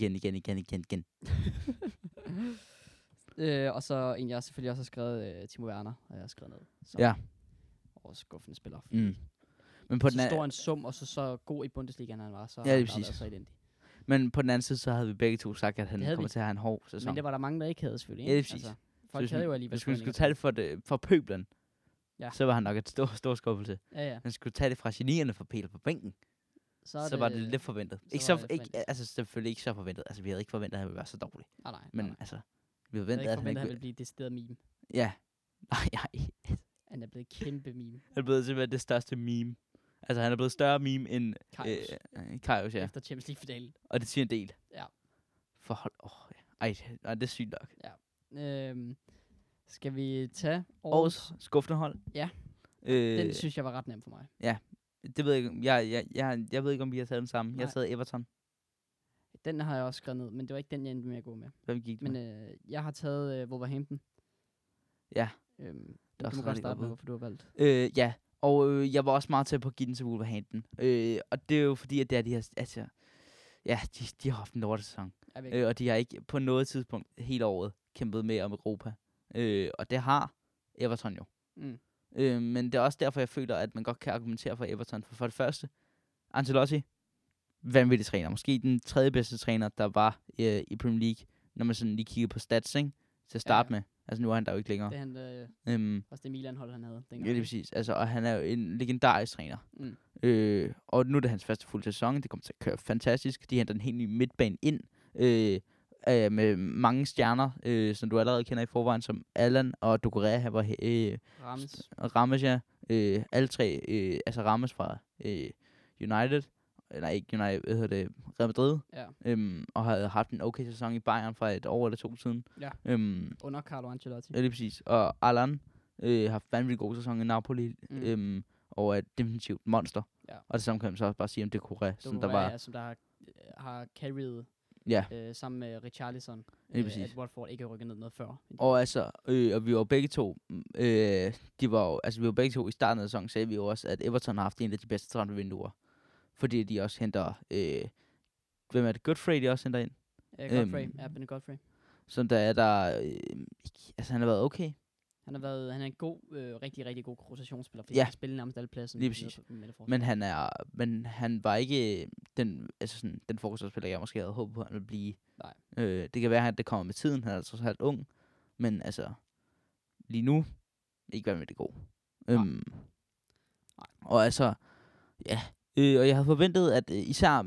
Og så en, jeg selvfølgelig også har skrevet, Timo Werner, har jeg skrevet ned. Ja. Årets skuffende spiller. Men på så stor en sum, og så god i Bundesligaen han var, så ja, har han været så elendig. Men på den anden side, så havde vi begge to sagt, at han kommer til at have en hård sæson. Men det var der mange, der ikke havde selvfølgelig. Ja, det er præcis. Altså, folk havde jo alligevel... Hvis man skulle tage det for pøblen, så var han nok et stor skuffelse. Ja. Man skulle tage det fra genierne for Peter på bænken. Så var det lidt forventet. Altså selvfølgelig ikke så forventet. Altså vi havde ikke forventet, at han ville være så dårlig. Nej. Men altså, vi forventede, at han ville blive decideret meme. Ja. Nej. Han er blevet kæmpe meme. Han er blevet simpelthen det største meme. Altså han er blevet større meme end Karius, ja. Efter Champions League-finalen. Og det siger en del. Ja. Forhold. Ej, det er sygt nok. Ja. Skal vi tage årets skuffende hold? Ja. Den synes jeg var ret nem for mig. Ja. Det ved jeg ikke. Jeg ved ikke, om vi har taget den sammen. Jeg har taget Everton. Den har jeg også skrevet ned, men det var ikke den, jeg endte med at gå med. Hvem gik det med? Jeg har taget Wolverhampton. Ja. Du må godt starte med, hvorfor du har valgt. Ja. Og jeg var også meget til på at give den til Wolverhampton. Og det er jo fordi, at det er de her... Altså, Ja, de har haft en lortesæson. Ja, Og de har ikke på noget tidspunkt hele året kæmpet med om Europa. Og det har Everton jo. Mm. Men det er også derfor, jeg føler, at man godt kan argumentere for Everton. For det første, Ancelotti, vanvittig træner. Måske den tredje bedste træner, der var i Premier League, når man sådan lige kigger på stats, ikke? Til at starte med. Altså nu er han der jo ikke længere. Det er han, også det Milan-hold, han havde dengang. Ja, det er præcis. Altså, og han er jo en legendarisk træner. Og nu er det hans første fulde sæson. Det kommer til at køre fantastisk. De henter en helt ny midtbane ind. Med mange stjerner, som du allerede kender i forvejen, som Allan og Doucouré var Rames, ja. Alle tre, altså Rames fra United, eller ikke United, hvad hedder det, Real Madrid, og havde haft en okay sæson i Bayern for et år eller to siden. Ja, under Carlo Ancelotti. Ja, det er præcis. Og Allan har haft vanvittig god sæson i Napoli, og er et definitivt monster. Ja. Og det samme kan man så også bare sige om Doucouré, som der var... som der har carried sammen med Richarlison, at Watford ikke har rykket ned noget før. Og altså, og vi var begge to, vi var begge to i starten af sæsonen, sagde vi jo også, at Everton har haft en af de bedste transfervinduer. Fordi de også henter, hvem er det? Godfrey, de også henter ind? Benny Godfrey. Som der altså han har været okay. Han er en god, rigtig, rigtig god rotationsspiller, fordi han kan spille nærmest alle pladser. Lige præcis. Men han var ikke den forsvarsspiller, jeg måske havde håbet på, han ville blive. Nej. Det kan være, at det kommer med tiden. Han er altså halvt ung. Men altså, lige nu, ikke være med det god. Og altså, ja. Og jeg havde forventet, at især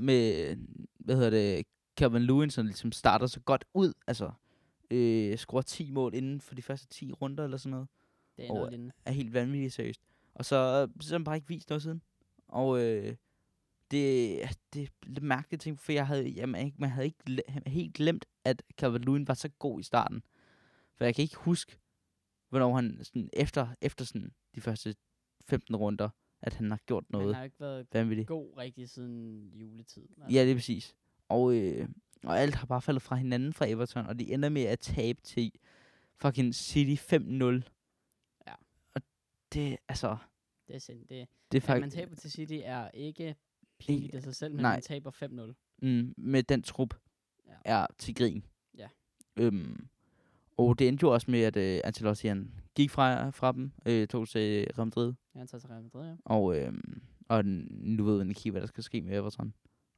med, Calvin Lewin, som ligesom starter så godt ud, altså, scorer 10 mål inden for de første 10 runder eller sådan noget. Det er noget er helt vanvittigt seriøst. Og så har han bare ikke vist noget siden. Og det er lidt mærkeligt ting, for man havde ikke helt glemt, at Calvin Lewin var så god i starten. For jeg kan ikke huske, hvornår han sådan, efter sådan, de første 15 runder, at han har gjort noget. Han har ikke været vanvittigt god rigtig siden juletid. Altså. Ja, det er præcis. Og alt har bare faldet fra hinanden fra Everton, og de ender med at tabe til fucking City 5-0. Ja. Og det, altså... Det er sind. Det er faktisk... man taber til City er ikke pinligt af sig selv, men man taber 5-0. Med den trup er til grin. Ja. Og det endte jo også med, at Ancelotti gik fra dem, tog til Real Madrid. Ja, han tager til Real Madrid, ja. Og nu ved man ikke, hvad der skal ske med Everton.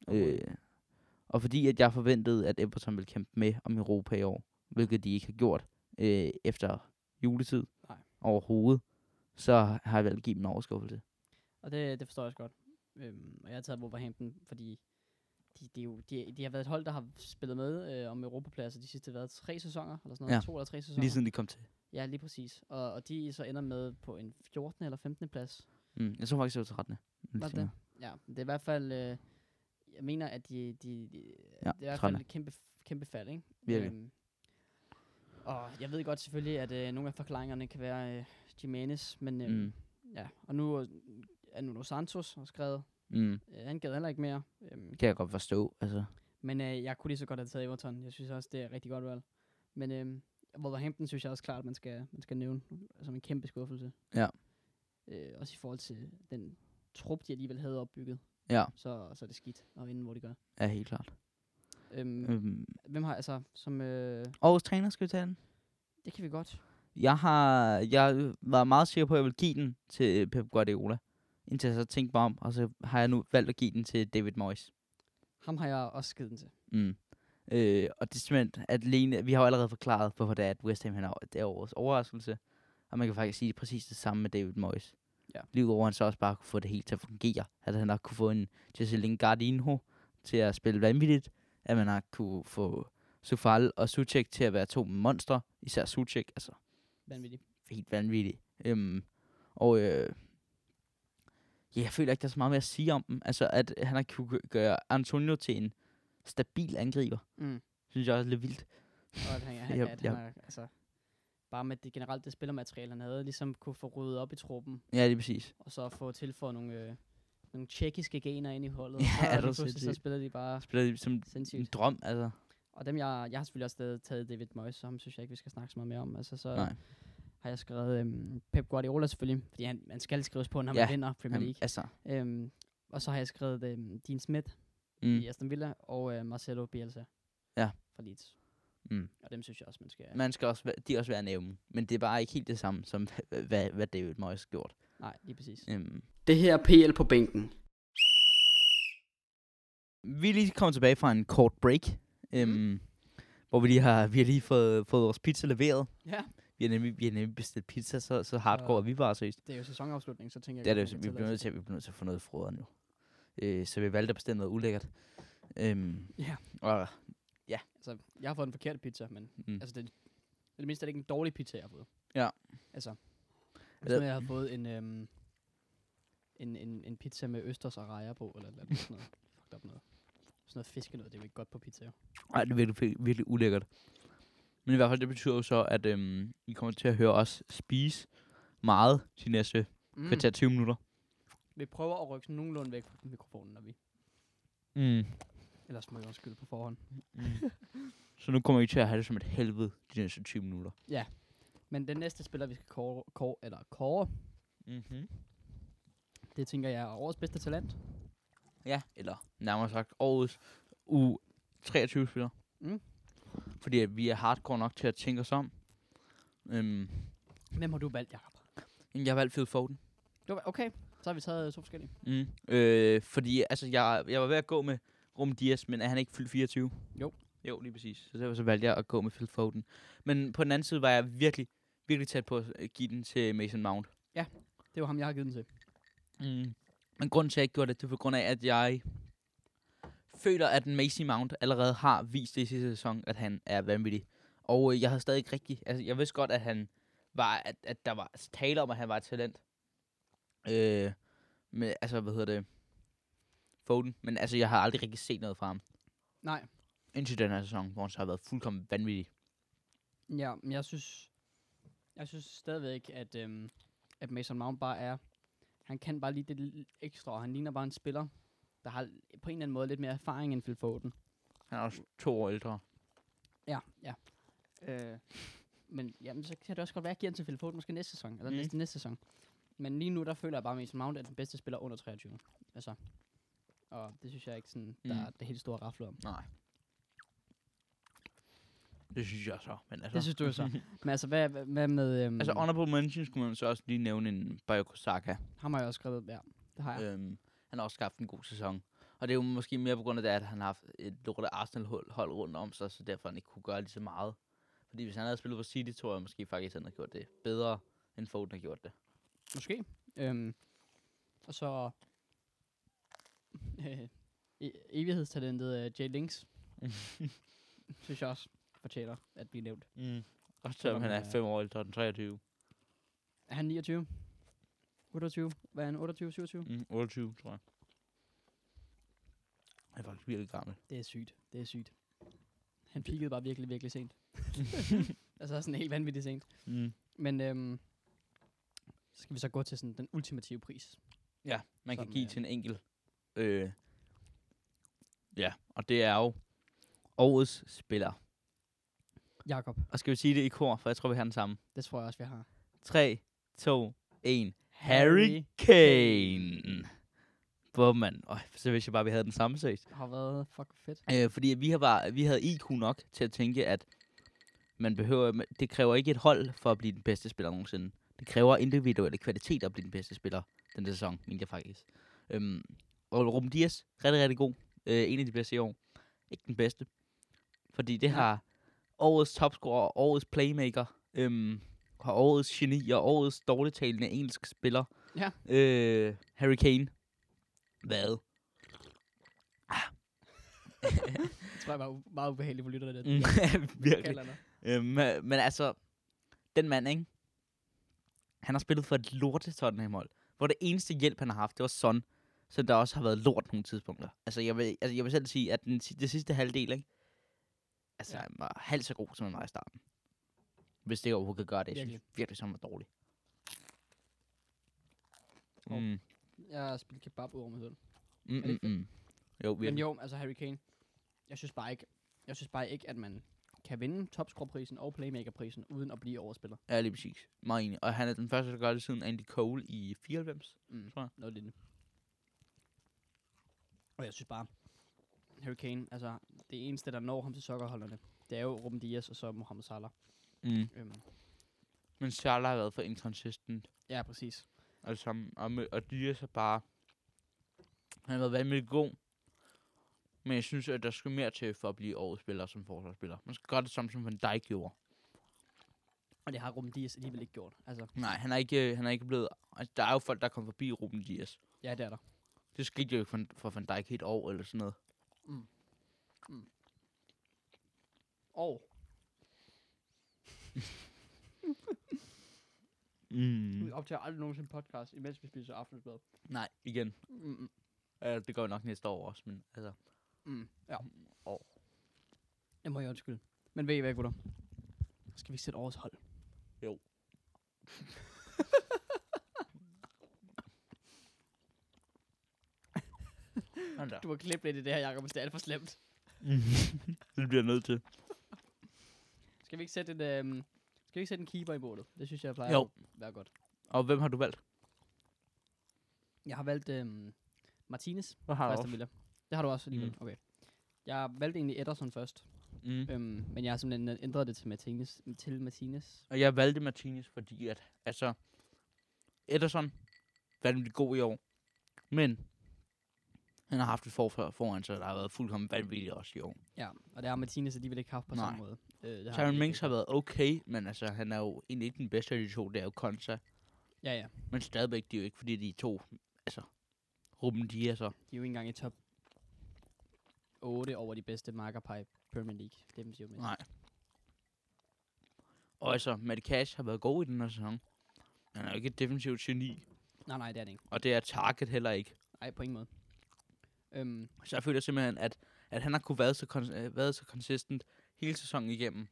Og fordi at jeg forventede, at Everton ville kæmpe med om Europa i år, hvilket de ikke har gjort efter juletid overhovedet, så har jeg valgt at give dem en overskuffelse. Og det forstår jeg også godt. Og jeg har taget Wolverhampton, fordi de har været et hold, der har spillet med om Europapladser de sidste 3 sæsoner, eller sådan noget, 2 eller 3 sæsoner. Lige siden de kom til. Ja, lige præcis. Og de så ender med på en 14. eller 15. plads. Jeg tror faktisk, det var til 13. Det? Ja, det er i hvert fald... jeg mener, at det er i hvert fald et kæmpe fald, ikke? Virkelig. Og jeg ved godt selvfølgelig, at nogle af forklaringerne kan være Jimenez, men ja. Og nu er Nuno Santos har skrevet. Han gad heller ikke mere. Kan jeg godt forstå, altså. Men jeg kunne lige så godt have taget Everton. Jeg synes også, det er rigtig godt valg. Men Wolverhampton synes jeg også klart, at man skal nævne som en kæmpe skuffelse. Ja. Også i forhold til den trup, de alligevel havde opbygget. Ja. Så er det skidt at vinde, hvor de gør. Ja, helt klart. Hvem har altså som... Aarhus træner, skal vi tage den? Det kan vi godt. Jeg var meget sikker på, at jeg ville give den til Pep Guardiola. Indtil jeg så tænkte mig om, og så har jeg nu valgt at give den til David Moyes. Ham har jeg også givet den til. Og det er simpelthen, at vi har jo allerede forklaret, hvorfor det er, at West Ham det er årets overraskelse. Og man kan faktisk sige præcis det samme med David Moyes. Ja. Lige over han så også bare kunne få det helt til at fungere. At han har kunne få en Jesse Lingardinho til at spille vanvittigt. At man har kunne få Sufal og Suchek til at være 2 monstre. Især Suchek, altså. Vanvittigt. Helt vanvittigt. Jeg føler ikke, der er så meget mere at sige om dem. Altså, at han har kunne gøre Antonio til en stabil angriber. Synes jeg også er lidt vildt. Og at han er, altså, bare med det generelt det spillermateriale, han havde, ligesom kunne få ryddet op i truppen. Ja, det er præcis. Og så få tilføjet nogle tjekkiske gener ind i holdet. Ja, og så spiller de bare som sindssygt. En drøm, altså. Og dem, jeg har selvfølgelig også taget David Moyes, så ham synes jeg ikke, vi skal snakke så meget mere om. Altså, så har jeg skrevet Pep Guardiola selvfølgelig, fordi man skal skrives på, når man vinder Premier League. Altså. Og så har jeg skrevet Dean Smith, i Aston Villa, og Marcelo Bielsa Ja. fra Leeds. Mm. Og dem synes jeg også, man skal... Man skal også, de er også værd at nævne. Men det er bare ikke helt det samme, som hvad David Moyes har gjort. Nej, lige præcis. Det her PL på bænken. Vi er lige kommet tilbage fra en kort break. Hvor vi har lige fået vores pizza leveret. Ja. Vi har nemlig bestilt pizza, så hardcore er vi bare seriøst. Det er jo sæsonafslutning, så tænker jeg... Det er det jo, vi bliver nødt til at få noget froder nu. Så vi valgte at bestille noget ulækkert. Ja. Og Altså, jeg har fået en forkert pizza, men altså, det mindste er det ikke en dårlig pizza, jeg har fået. Ja. Altså, hvis jeg havde fået en pizza med østers og rejer på, eller sådan noget, fucked up noget. Sådan noget fiske noget, det er jo ikke godt på pizza, jo. Nej, det er virkelig, virkelig ulækkert. Men i hvert fald, det betyder jo så, at I kommer til at høre os spise meget de næste kvarter 20 minutter. Vi prøver at rykke sådan nogenlunde væk fra mikrofonen, når vi... Ellers må jeg også skyde på forhånd. Så nu kommer I til at have det som et helvede de næste 20 minutter. Ja. Men den næste spiller, vi skal kåre, det tænker jeg er årets bedste talent. Ja, eller nærmere sagt årets U23-spiller. Fordi at vi er hardcore nok til at tænke os om. Hvem har du valgt, Jacob? Jeg har valgt Phil Foden. Okay, så har vi taget 2 forskellige. Fordi altså, jeg var ved at gå med Ruben Dias, men er han ikke fyldt 24? Jo, lige præcis. Så derfor så valgte jeg at gå med Phil Foden. Men på den anden side var jeg virkelig, virkelig tæt på at give den til Mason Mount. Ja, det var ham, jeg har givet den til. Men grunden til, at jeg ikke gjorde det, det er på grund af, at jeg føler, at Mason Mount allerede har vist det i sidste sæson, at han er vanvittig. Og jeg havde stadig ikke rigtig... Altså, jeg vidste godt, at han var... At der var tale om, at han var et talent. Men altså, Foden. Men altså, jeg har aldrig rigtig set noget fra ham. Nej. Indtil den her sæson, hvor han så har været fuldkommen vanvittig. Ja, men jeg synes stadigvæk, at Mason Mount bare er... Han kan bare lige det lidt ekstra, og han ligner bare en spiller, der har på en eller anden måde lidt mere erfaring end Phil Foden. Han er også 2 år ældre. Ja. Men jamen, så kan det også godt være, at jeg giver den til Phil Foden måske næste sæson, eller næste sæson. Men lige nu, der føler jeg bare, at Mason Mount er den bedste spiller under 23. Altså, og det synes jeg ikke sådan, der er det helt store rafle om. Nej. Det synes jeg så. Men altså. Det synes du så. Men altså, hvad med... altså, honorable mentions kunne man så også lige nævne en Bukayo Saka. Ham har jeg også skrevet, ja. Det har jeg. Han har også skabt en god sæson. Og det er jo måske mere på grund af det, at han har haft et lortet Arsenal-hold rundt om sig, så derfor han ikke kunne gøre lige så meget. Fordi hvis han havde spillet på City, tror jeg måske faktisk, han havde gjort det bedre, end Foden har gjort det. Måske. Og så... evighedstalentet Jay Links. Synes jeg også fortjener at blive nævnt. Også selvom han er 5 år ældre end 23. Er han 29? 28? Hvad er han? 28, 27? 28, tror jeg. Han er faktisk virkelig gammel. Det er sygt. Han peakede bare virkelig, virkelig sent. Altså sådan helt vanvittigt sent. Men skal vi så gå til sådan den ultimative pris? Ja, man kan give til en enkelt. Ja, og det er jo årets spiller. Jakob. Og skal vi sige det i kor, for jeg tror, vi har den samme. Det tror jeg også, vi har. 3, 2, 1. Harry Kane. Bum, mand. Så hvis jeg bare, vi havde den samme seriøst. Det har været fucking fedt. Fordi vi havde IQ nok til at tænke, at det kræver ikke et hold for at blive den bedste spiller nogensinde. Det kræver individuelle kvaliteter at blive den bedste spiller den sæson, mente jeg faktisk. Og Ruben Dias, rigtig, rigtig god. En af de bedste i år. Ikke den bedste. Fordi det har årets topscorer, årets playmaker, har årets geni og årets dårligtalende engelsk spiller. Ja. Harry Kane. Hvad? Det tror jeg var meget ubehageligt for lytterne. Virkelig. Men altså, den mand, ikke? Han har spillet for et lorte Tottenham-hold, hvor det eneste hjælp, han har haft, det var Son, så der også har været lort nogle tidspunkter. Altså, jeg vil selv sige, at det sidste halvdel, ikke? Altså, han var halvt så god, som han var i starten. Hvis det overhovedet kan gøre det. Jeg synes virkelig, som var dårligt. Jeg har spillet kebab over mig selv. Jo, virkelig. Men jo, altså Harry Kane. Jeg synes bare ikke, at man kan vinde topscoreprisen og playmakerprisen, uden at blive overspiller. Ja, lige præcis. Meget enig. Og han er den første, der gør det siden Andy Cole i 94, tror jeg. Noget lignende. Og jeg synes bare, Harry Kane, altså det eneste, der når ham til sokkerholderne, det er jo Ruben Dias og så Mohamed Salah. Mm. Men Salah har været for inconsistent. Ja, præcis. Altså, og Dias er bare... Han har været vanvittigt god. Men jeg synes, at der skal mere til for at blive årets spiller som forsvarsspiller. Man skal gøre det samme, som Van Dijk gjorde. Og det har Ruben Dias alligevel ikke gjort. Altså. Nej, han er ikke blevet... Altså, der er jo folk, der kommer forbi Ruben Dias. Ja, det er der. Det skete jo ikke for Van Dijk et år eller sådan noget. Og vi optager aldrig nogensinde podcast, imens vi spiser aftensmad. Nej, igen. Det går jo nok næste år også, men altså... Ja. Det må jeg undskylde. Men ved I hvad, gutter? Skal vi ikke sætte årets hold? Jo. Du må klippe lidt i det her, Jacob, hvis det er alt for slemt. Det bliver nødt til. Skal vi ikke sætte en keeper i bålet? Det synes jeg plejer at være godt. Og hvem har du valgt? Jeg har valgt Martinez. Hvad har du også? Villa. Det har du også alligevel. Okay. Jeg valgte egentlig Ederson først. Men jeg har simpelthen ændret det til Martinez. Og jeg valgte Martinez, fordi at, altså, Ederson vanvittigt god i år. Men han har haft et forfærd foran sig, der har været fuldkommen vanvittigt også i år. Ja, og det har Martinez alligevel ikke haft på samme måde. Tyron Mings har været okay, men altså, han er jo egentlig ikke den bedste af de to, det er jo Konsa. Ja. Men stadigvæk, det er jo ikke, fordi de to, altså, Ruben Dias så. De er jo ikke engang i top 8 over de bedste markerpar i Premier League. Defensivt. Nej. Og altså, Matty Cash har været god i den her sæson. Han er jo ikke et defensivt geni. Nej, det er det ikke. Og det er Target heller ikke. Nej, på ingen måde. Så jeg føler simpelthen, at han har kunne været så consistent hele sæsonen igennem.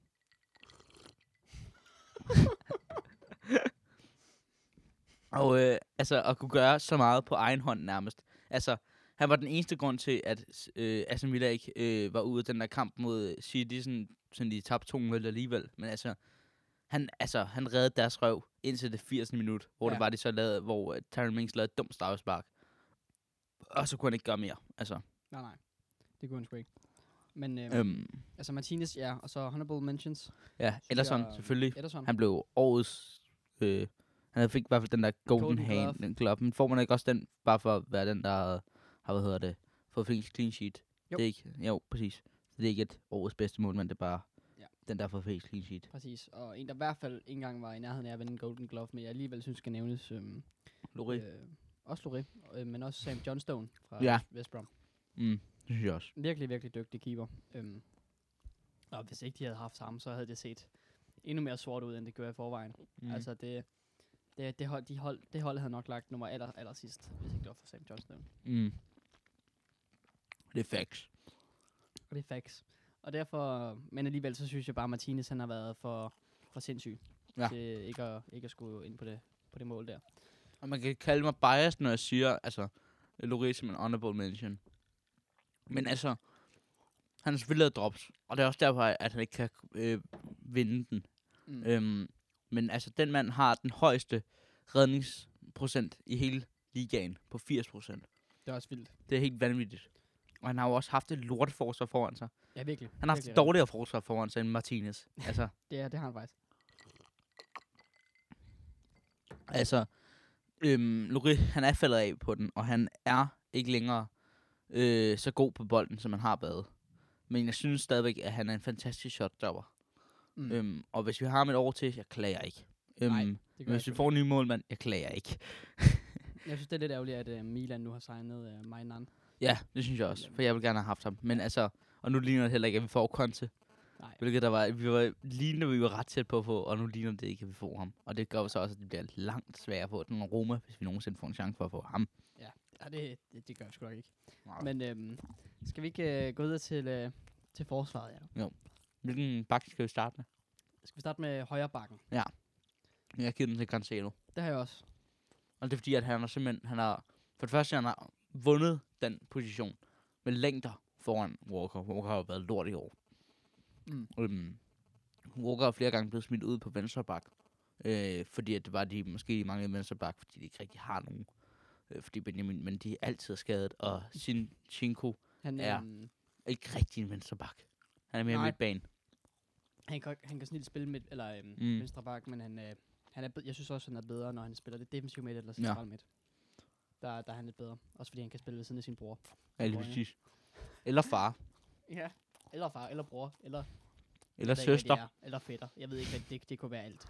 Og altså, at kunne gøre så meget på egen hånd nærmest. Altså, han var den eneste grund til, at Aston Villa ikke var ude af den der kamp mod City, sådan de tabte 2-0 alligevel. Men altså, han reddede deres røv indtil det 80. minut, hvor det var de så lavede, hvor Tyron Mings lavede et dumt straffespark. Og så kunne han ikke gøre mere, altså. Nej. Det kunne han sgu ikke. Men, altså Martinez, ja, og så honorable mentions. Ja, Ederson, selvfølgelig. Ederson. Han blev årets... han fik i hvert fald den der Golden Hand Glove. Men får man ikke også den, bare for at være den, der har, fået flest clean sheet? Jo. Det er ikke, jo, præcis. Det er ikke et årets bedste målmand, det er bare den, der har fået flest clean sheet. Præcis, og en, der i hvert fald ikke engang var i nærheden af at vinde en Golden Glove, men jeg alligevel synes, skal nævnes... Lloris. Også Lloris, men også Sam Johnstone fra West Brom. Det synes jeg også. Virkelig, virkelig dygtig keeper. Og hvis ikke de havde haft ham, så havde det set endnu mere sort ud, end det gør i forvejen. Altså, det hold havde nok lagt nummer aller sidst, hvis ikke det var for Sam Johnstone. Det er facts. Og det er facts. Og derfor, men alligevel, så synes jeg bare, at Martinez, han har været for sindssyg til ikke at skulle ind på det mål der. Og man kan kalde mig biased, når jeg siger, altså, Lloris som en honorable mention. Men altså, han har selvfølgelig lavet drops, og det er også derfor, at han ikke kan vinde den. Men altså, den mand har den højeste redningsprocent i hele ligaen på 80%. Det er også vildt. Det er helt vanvittigt. Og han har jo også haft et lorteforsvar foran sig. Ja, virkelig. Han har haft et dårligere forsvar foran sig end Martinez. Altså. Det har han faktisk. Altså, Lloris, han er faldet af på den, og han er ikke længere så god på bolden, som han har været. Men jeg synes stadigvæk, at han er en fantastisk shotstopper. Og hvis vi har ham et år til, jeg klager ikke. Hvis vi får en ny målmand, jeg klager ikke. Jeg synes, det er lidt ærgerligt, at Milan nu har signet Mainan. Ja, det synes jeg også, for jeg vil gerne have haft ham. Men altså, og nu ligner det heller ikke, at vi får Conte. Nej. Hvilket vi var ret tæt på at få, og nu ligner det ikke, at vi får ham. Og det gør så også, at det bliver langt sværere at få den Roma, hvis vi nogensinde får en chance for at få ham. Ja, det gør vi sgu nok ikke. Nej. Men skal vi ikke gå videre til forsvaret, ja? Jo. Hvilken bakke skal vi starte med? Skal vi starte med højre bakken? Ja. Jeg giver den til Cancelo. Det har jeg også. Og det er fordi, at han har for det første, han har vundet den position med længder foran Walker. Walker har jo været lort i år. Walker er flere gange blevet smidt ud på venstre bak, fordi at det var de mange venstre bak, fordi de ikke rigtig har nogen. Fordi Benjamin, men de er altid skadet, og Zinchenko han ikke rigtig en venstreback. Han er mere Nej. midtbane. Han kan snilt spille midt, eller venstre bak, men han er jeg synes også, han er bedre, når han spiller det defensive midt eller central midt. Der er han lidt bedre. Også fordi han kan spille ved siden af sin bror. Ja, lige præcis. Eller far. Ja, eller far, eller bror, eller søster. eller fætter. Jeg ved ikke, hvad det kunne være alt.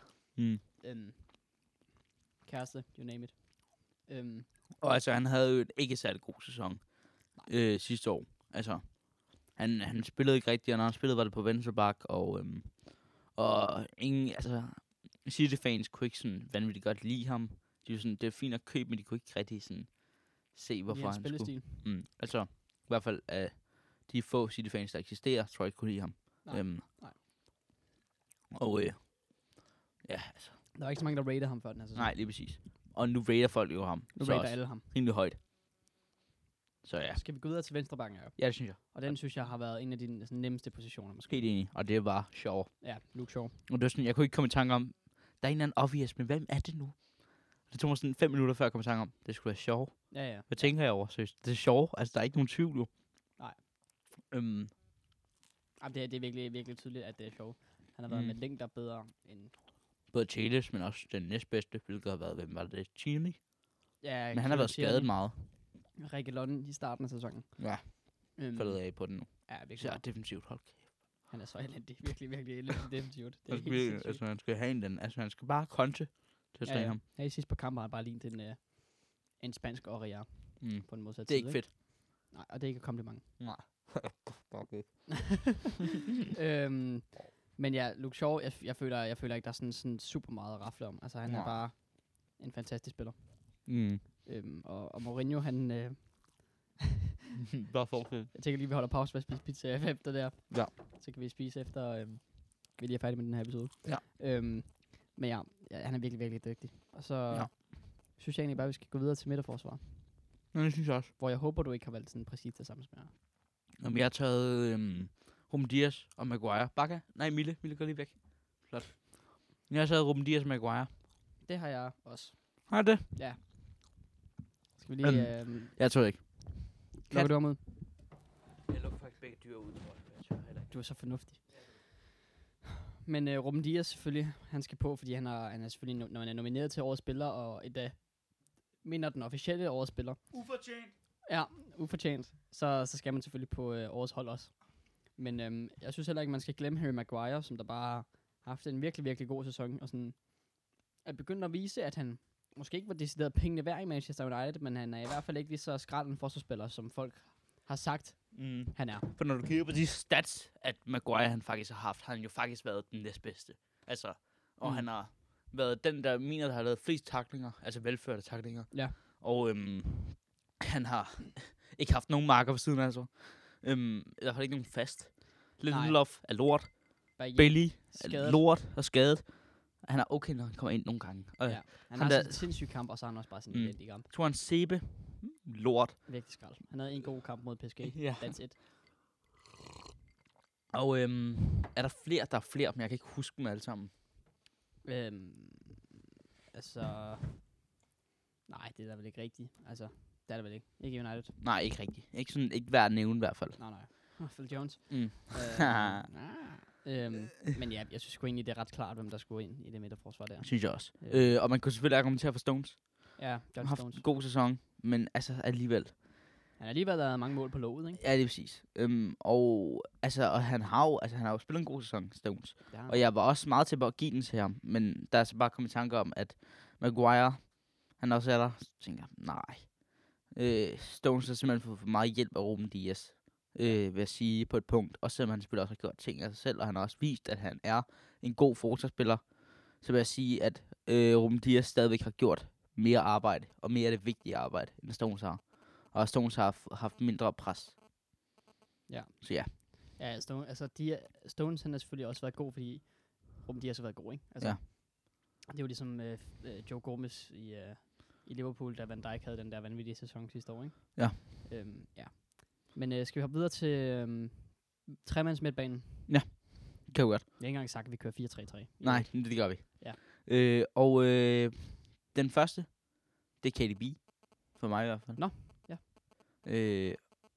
Kæreste, you name it. Og altså, han havde jo et ikke særlig god sæson sidste år. Altså, han spillede ikke rigtigt, og når han spillede, var det på venstre bak, og ingen, altså, City-fans kunne ikke sådan vanvittigt godt lide ham. De var sådan, det er fint at købe, men de kunne ikke rigtig sådan se, hvorfor han skulle. Altså, i hvert fald af de få City-fans, der eksisterer, tror jeg ikke kunne lide ham. Nej. Og ja, altså. Der var ikke så mange, der rated ham før den her sæson. Nej, lige præcis. Og nu rater folk jo ham. Nu rater alle ham. Rimelig højt. Så ja. Skal vi gå videre til venstrebakken, Jacob? Ja, det synes jeg. Og den synes jeg har været en af de sådan, nemmeste positioner, måske. Helt enig. Og det var sjovt. Ja, Luke Shaw. Og det var sådan, jeg kunne ikke komme i tanke om, der er en eller anden obvious, men hvem er det nu? Det tog mig sådan 5 minutter, før jeg kom i tanke om, det skulle være sjovt. Ja. Hvad tænker jeg over? Seriøst? Det er sjovt. Altså, der er ikke nogen tvivl jo. Nej. Det er virkelig, virkelig tydeligt, at det er sjovt. Han har været med længder bedre end... Både Tjeles, men også den næstbedste, hvilket har været, hvem var det? Chile? Ja, men han har været skadet meget. Reguilon i starten af sæsonen. Ja. Faldet af på den nu. Ja, virkelig. Så defensivt, hold kæft. Han er så elendig. Virkelig, virkelig elendig defensivt. Det er helt sindssygt. Altså, han skal have en. Altså, han skal bare konte til at slå ham. Ja, i sidste par kampe har han bare lignet en spansk Aurier på en modsatte side. Det er ikke fedt. Nej, og det er ikke et kompliment. Nej. Okay. Men ja, Luke Shaw, jeg føler ikke, der er sådan super meget at rafle om. Altså, han er bare en fantastisk spiller. Og Mourinho, han... Bare fortsæt. Jeg tænker lige, vi holder pause med at spise pizza efter der. Ja. Så kan vi spise efter, vi lige er færdige med den her episode. Ja. Men ja, han er virkelig, virkelig dygtig. Og så synes jeg egentlig bare, at vi skal gå videre til midterforsvar. Ja, det synes jeg også. Hvor jeg håber, du ikke har valgt sådan præcis det samme som jeg. Jamen, jeg har taget Ruben Dias og Maguire. Bakka? Nej, Mille går lige væk. Flot. Jeg har taget Ruben Dias og Maguire. Det har jeg også. Har det? Ja. Skal vi lige... jeg tror ikke. Lukker du om ud? Jeg lukker faktisk begge dyr ud, tror jeg. Du er så fornuftig. Men Ruben Dias selvfølgelig, han skal på, fordi han er selvfølgelig, når han er nomineret til årets spiller, og mener den officielle årets spiller. Ufortjent. Ja, ufortjent. Så skal man selvfølgelig på årets hold også. Men jeg synes heller ikke, man skal glemme Harry Maguire, som der bare har haft en virkelig, virkelig god sæson, og sådan er begyndt at vise, at han måske ikke var decideret pengene værd i Manchester United, men han er i hvert fald ikke lige så skrald en forsvarsspiller, som folk har sagt, han er. For når du kigger på de stats, at Maguire han faktisk har haft, har han jo faktisk været den næstbedste. Altså, og han har været den, der mener, der har lavet flest tacklinger, altså velførte tacklinger. Ja. Og han har ikke haft nogen marker på siden, altså. Der har ikke nogen fast. Lindelof er lort. Bailey er lort og skadet. Han er okay, når han kommer ind nogle gange. Og ja. Han har sådan en sindssyg kamp, og så har han også bare sådan en elendig kamp. Tror han Sebe? Lort. Virkelig skrald. Han havde en god kamp mod PSG. Ja. That's it. Og er der flere? Der er flere, men jeg kan ikke huske dem alle sammen. Altså... Nej, det er da vel ikke rigtigt. Altså, det er det vel ikke. Ikke United. Nej, ikke rigtigt. Ikke værd at nævne i hvert fald. Nej. Phil Jones. Men ja, jeg synes sgu egentlig, det er ret klart, hvem der skulle ind i det midterforsvar der. Synes jeg også. Og man kunne selvfølgelig argumentere for Stones. Ja, John Stones. Haft en god sæson, men altså alligevel. Han har alligevel været mange mål på låget, ikke? Ja, det er præcis. Og han har jo spillet en god sæson, Stones. Og jeg var også meget til at give den til ham, men der er så bare kommet i tanke om, at Maguire, han også er der, så tænker jeg, nej. Stones har simpelthen fået for meget hjælp af Ruben Dias. Vil jeg sige på et punkt. Og selvom han selvfølgelig også har gjort ting af sig selv, og han har også vist, at han er en god forsvarsspiller, så vil jeg sige, at Ruben Dias stadigvæk har gjort mere arbejde, og mere af det vigtige arbejde, end Stones har. Og Stones har haft mindre pres. Ja. Så ja. Ja, Stones han har selvfølgelig også været god, fordi Ruben Dias har været god, ikke? Altså, ja. Det er jo ligesom Joe Gomez i Liverpool, da Van Dijk havde den der vanvittige sæson sidste år, ikke? Ja. Ja. Men skal vi hoppe videre til tremands midtbanen? Ja, det kan vi godt. Jeg har ikke engang sagt, at vi kører 4-3-3. Nej, det gør vi. Ja. Og den første, det er KDB. For mig i hvert fald. Nå, ja.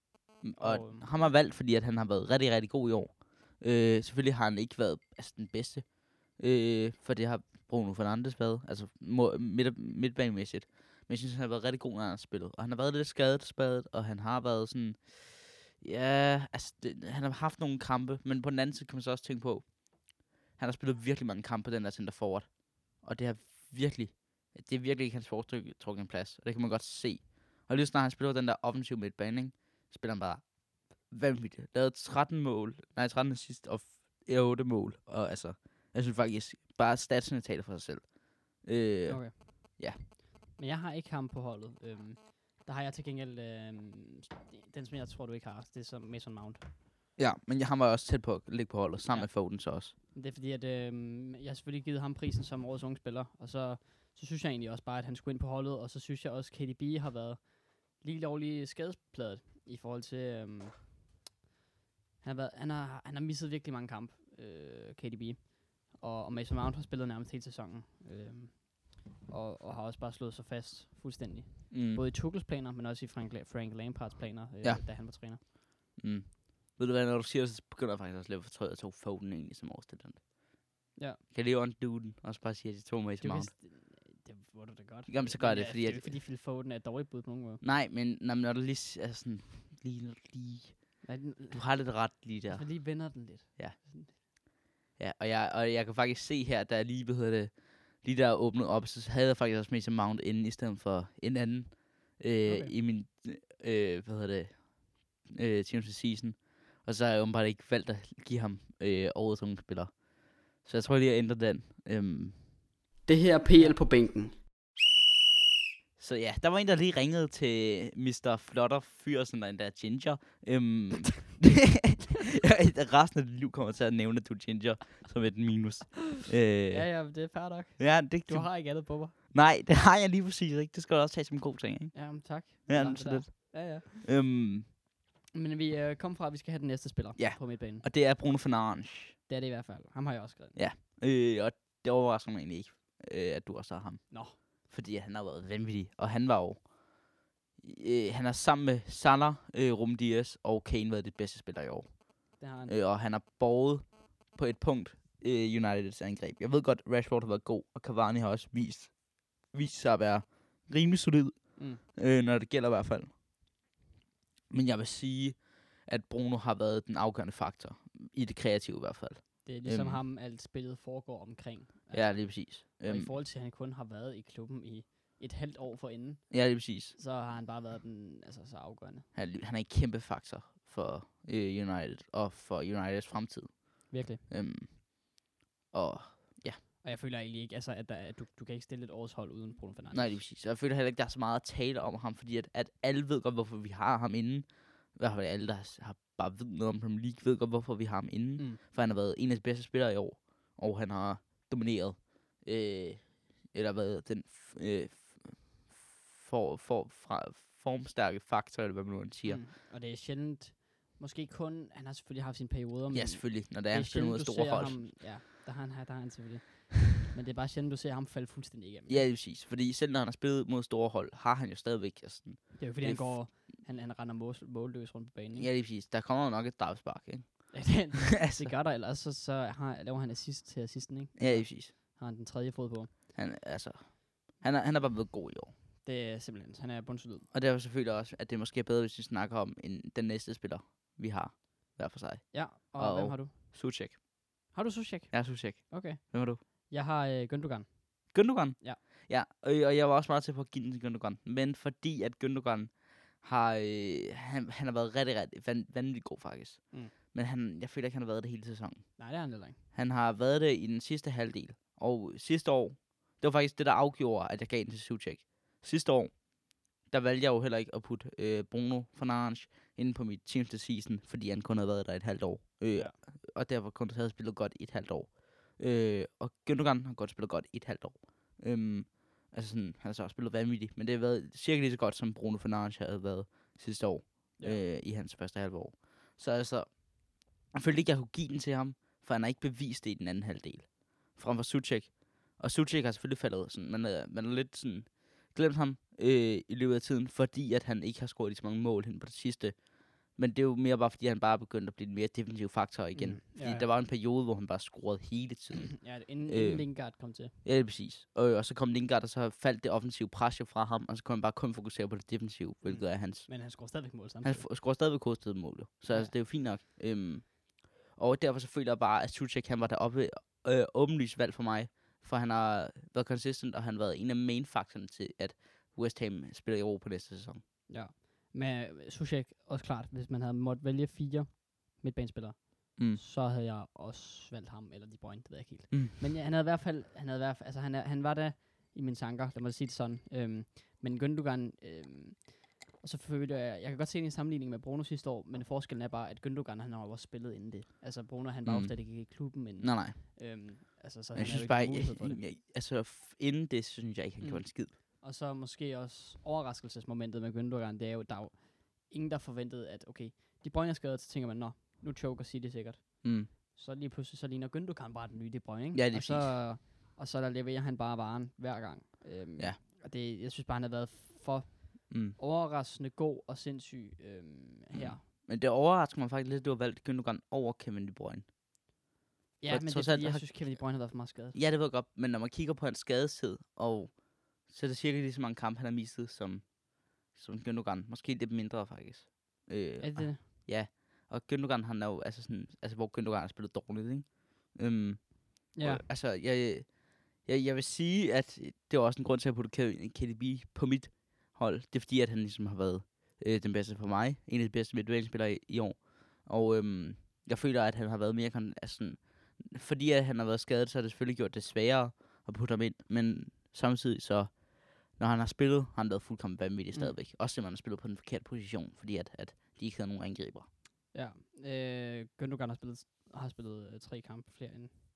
Og ham har valgt, fordi at han har været rigtig, rigtig god i år. Selvfølgelig har han ikke været den bedste. For det har Bruno Fernandes været. Altså midtbanemæssigt. Men jeg synes, han har været rigtig god, når han har spillet. Og han har været lidt skadet, og han har været sådan... Ja, altså, han har haft nogle kampe, men på den anden side kan man så også tænke på, han har spillet virkelig mange kampe, den der center forward. Og det er virkelig ikke hans foretrukne plads, og det kan man godt se. Og lige snart han spiller den der offensiv midtbane, ikke, spiller han bare vanvittigt. Lavede 13 assist og 8 mål. Og altså, jeg synes faktisk, bare statsene taler for sig selv. Okay. Ja. Men jeg har ikke ham på holdet. Der har jeg til gengæld den, som jeg tror, du ikke har. Det er som Mason Mount. Ja, men han var også tæt på at ligge på holdet, sammen med Foden så også. Det er fordi, at jeg har selvfølgelig givet ham prisen som årets unge spiller. Og så synes jeg egentlig også bare, at han skulle ind på holdet. Og så synes jeg også, at KDB har været lige lovlig skadespladet i forhold til... Han har misset virkelig mange kampe, KDB. Og Mason Mount har spillet nærmest hele sæsonen. Og har også bare slået sig fast fuldstændig. Både i Tuchels planer, men også i Frank Lampards planer, da han var træner. Ved du hvad, når du siger det, så begynder jeg faktisk også lidt at fortryde, at jeg tog Foden egentlig som årstalent. Ja. Kan jeg lige undo den, og så bare sige, at jeg tog Mason Mount? Det var du da godt. Jamen, så gør jeg det, fordi... Det er jo ikke, fordi Phil Foden er et dårligt bud på nogen måde. Nej, men når du lige er sådan... Du har lidt ret lige der. Jeg lige vender den lidt. Ja. Ja, og jeg kan faktisk se her, da jeg lige, lige der åbnet op, så havde jeg faktisk også Mason Mount inde, i stedet for en anden, i min, Teams of Season. Og så har jeg jo bare ikke valgt at give ham årets unge spiller. Så jeg tror lige, at jeg ændrer den. Det her er PL på bænken. Så ja, der var en, der lige ringede til Mr. Flotter Fyr, sådan der, en der Ginger. Resten af dit liv kommer til at nævne, at du er Ginger, som et minus. Ja, det er fair nok. Ja, du har ikke andet på mig. Nej, det har jeg lige præcis ikke. Det skal du også tage som en god ting, ikke? Ja, men tak. Ja, så det. Ja. Men vi kom fra, at vi skal have den næste spiller på midtbanen. Og det er Bruno Fernandes. Det er det i hvert fald. Ham har jeg også skrevet. Ja, og det overrasker mig egentlig ikke, at du også har ham. Nå. Fordi han har været vanvittig. Og han var jo... han har sammen med Salah, Ruben Dias og Kane været det bedste spiller i år. Det har han. Og han har båret på et punkt Uniteds angreb. Jeg ved godt, Rashford har været god, og Cavani har også vist sig at være rimelig solid, når det gælder i hvert fald. Men jeg vil sige, at Bruno har været den afgørende faktor, i det kreative i hvert fald. Det er ligesom ham, alt spillet foregår omkring. Altså, ja, lige præcis. Og i forhold til, at han kun har været i klubben i et halvt år forinden. Ja, lige præcis. Så har han bare været den, så afgørende. Han er en kæmpe faktor for United, og for Uniteds fremtid. Virkelig. Og ja. Og jeg føler egentlig ikke, at du kan ikke stille et års hold uden Bruno Fernandes. Nej, det er præcis. Jeg føler heller ikke, der er så meget at tale om ham, fordi at alle ved godt, hvorfor vi har ham inde. I hvert fald alle, der har bare ved noget om Premier League, ved godt, hvorfor vi har ham inde. For han har været en af de bedste spillere i år, og han har domineret, eller været den formstærke faktor, eller hvad man nu siger. Og det er sjældent, måske kun, han har selvfølgelig haft sine perioder, men... Ja, selvfølgelig, når det er han spiller mod store hold. Der har han selvfølgelig. Men det er bare sjældent, du ser ham falde fuldstændig igennem. Ja, det er præcis. Fordi selv når han har spillet mod store hold, har han jo stadigvæk sådan... Det er jo fordi, han render målløs rundt på banen, ikke? Ja, det er præcis. Der kommer jo nok et strafspark, ikke? Ja, det gør der, ellers så laver han assist til assisten, ikke? Ja, det er præcis. Har han den tredje fod på. Han er bare blevet god i år. Det er simpelthen, han er bundsolid. Og det er jo selvfølgelig også, at det måske er bedre, hvis vi snakker om den næste spiller, vi har hver for sig. Ja, og hvem har du? Souček. Har du Souček? Ja, Souček. Okay. Hvem har du? Jeg har Gündogan. Gündogan? Ja. Ja, og jeg var også meget til på at give den til Gündogan. Men fordi at Gündogan har, han har været rigtig vanvittigt god faktisk. Men jeg føler ikke, han har været det hele sæsonen. Nej, det har han heller ikke. Han har været det i den sidste halvdel. Og sidste år, det var faktisk det, der afgjorde, at jeg gav den til Souček. Sidste år, der valgte jeg jo heller ikke at putte Bruno Fernandes inde på mit Teams of Season, fordi han kun havde været der et halvt år. Og derfor kun havde spillet godt i et halvt år. Og Gündogan har godt spillet godt i et halvt år. Altså sådan, han har så også spillet vanvittigt, men det har været cirka lige så godt, som Bruno Fernandes havde været sidste år, i hans første halve år. Så altså, jeg følte ikke, jeg kunne give den til ham, for han har ikke bevist det i den anden halvdel. Frem for Souček. Og Souček har selvfølgelig faldet sådan, man er lidt sådan, glemt ham i løbet af tiden, fordi at han ikke har scoret så mange mål hen på det sidste Men det er jo mere bare, fordi han bare er begyndt at blive en mere defensiv faktor igen. Fordi ja. der var en periode, hvor han bare scorede hele tiden. Ja, inden Lingard kom til. Ja, det er præcis. Og så kom Lingard, og så faldt det offensive pres jo fra ham, og så kunne han bare kun fokusere på det defensive, hvilket er hans. Men han scorer stadigvæk mål samtidig. Han scorer stadigvæk kostet mål, jo. Så altså, det er jo fint nok. Og derfor så føler jeg bare, at Souček, han var deroppe åbenlyst valg for mig. For han har været consistent, og han har været en af main-faktorerne til, at West Ham spiller i Europa næste sæson. Ja. Men Souček, også klart, hvis man havde måttet vælge 4 midtbanespillere, så havde jeg også valgt ham, eller De Bruyne, det ved jeg ikke helt. Men ja, han havde i hvert fald, altså han var da i mine tanker, lad mig sige det sådan. Men Gündogan, og så føler jeg kan godt se en sammenligning med Bruno sidste år, men forskellen er bare, at Gündogan, han har også spillet inden det. Altså Bruno, han var jo stadig ikke i klubben inden. Nej. Altså, så jeg han synes bare ikke, inden det, synes jeg ikke, han gjorde en skid. Og så måske også overraskelsesmomentet med Gündogan, det er jo, der er jo ingen, der forventede, at okay, De Bruyne er skadet, så tænker man, nu choker City sikkert. Så lige pludselig, så ligner Gündogan bare den nye De Bruyne, ikke? Ja, det er og så der leverer han bare varen hver gang. Og det, jeg synes bare, han har været for overraskende god og sindssyg her. Men det overrasker mig faktisk lidt, at du har valgt Gündogan over Kevin De Bruyne. Ja, men det er fordi, jeg synes, Kevin De Bruyne har været for meget skadet. Ja, det ved jeg godt, men når man kigger på hans skadeshed, og så er det cirka lige så mange kampe, han har mistet som Gündogan. Måske lidt mindre, faktisk. Er det? Ja, og Gündogan, han er jo, hvor Gündogan har spillet dårligt, ikke? Ja. Altså, jeg vil sige, at det var også en grund til at putte KDB på mit hold. Det er fordi, at han ligesom har været den bedste for mig. En af de bedste midtbanespillere i år. Og jeg føler, at han har været mere... fordi at han har været skadet, så har det selvfølgelig gjort det sværere at putte ham ind. Men samtidig så, når han har spillet, har han lavet fuldkommen vanvittigt stadigvæk. Også selvom han har spillet på den forkerte position, fordi at de ikke havde nogen angriber. Ja, Gündogan har spillet 3 kampe flere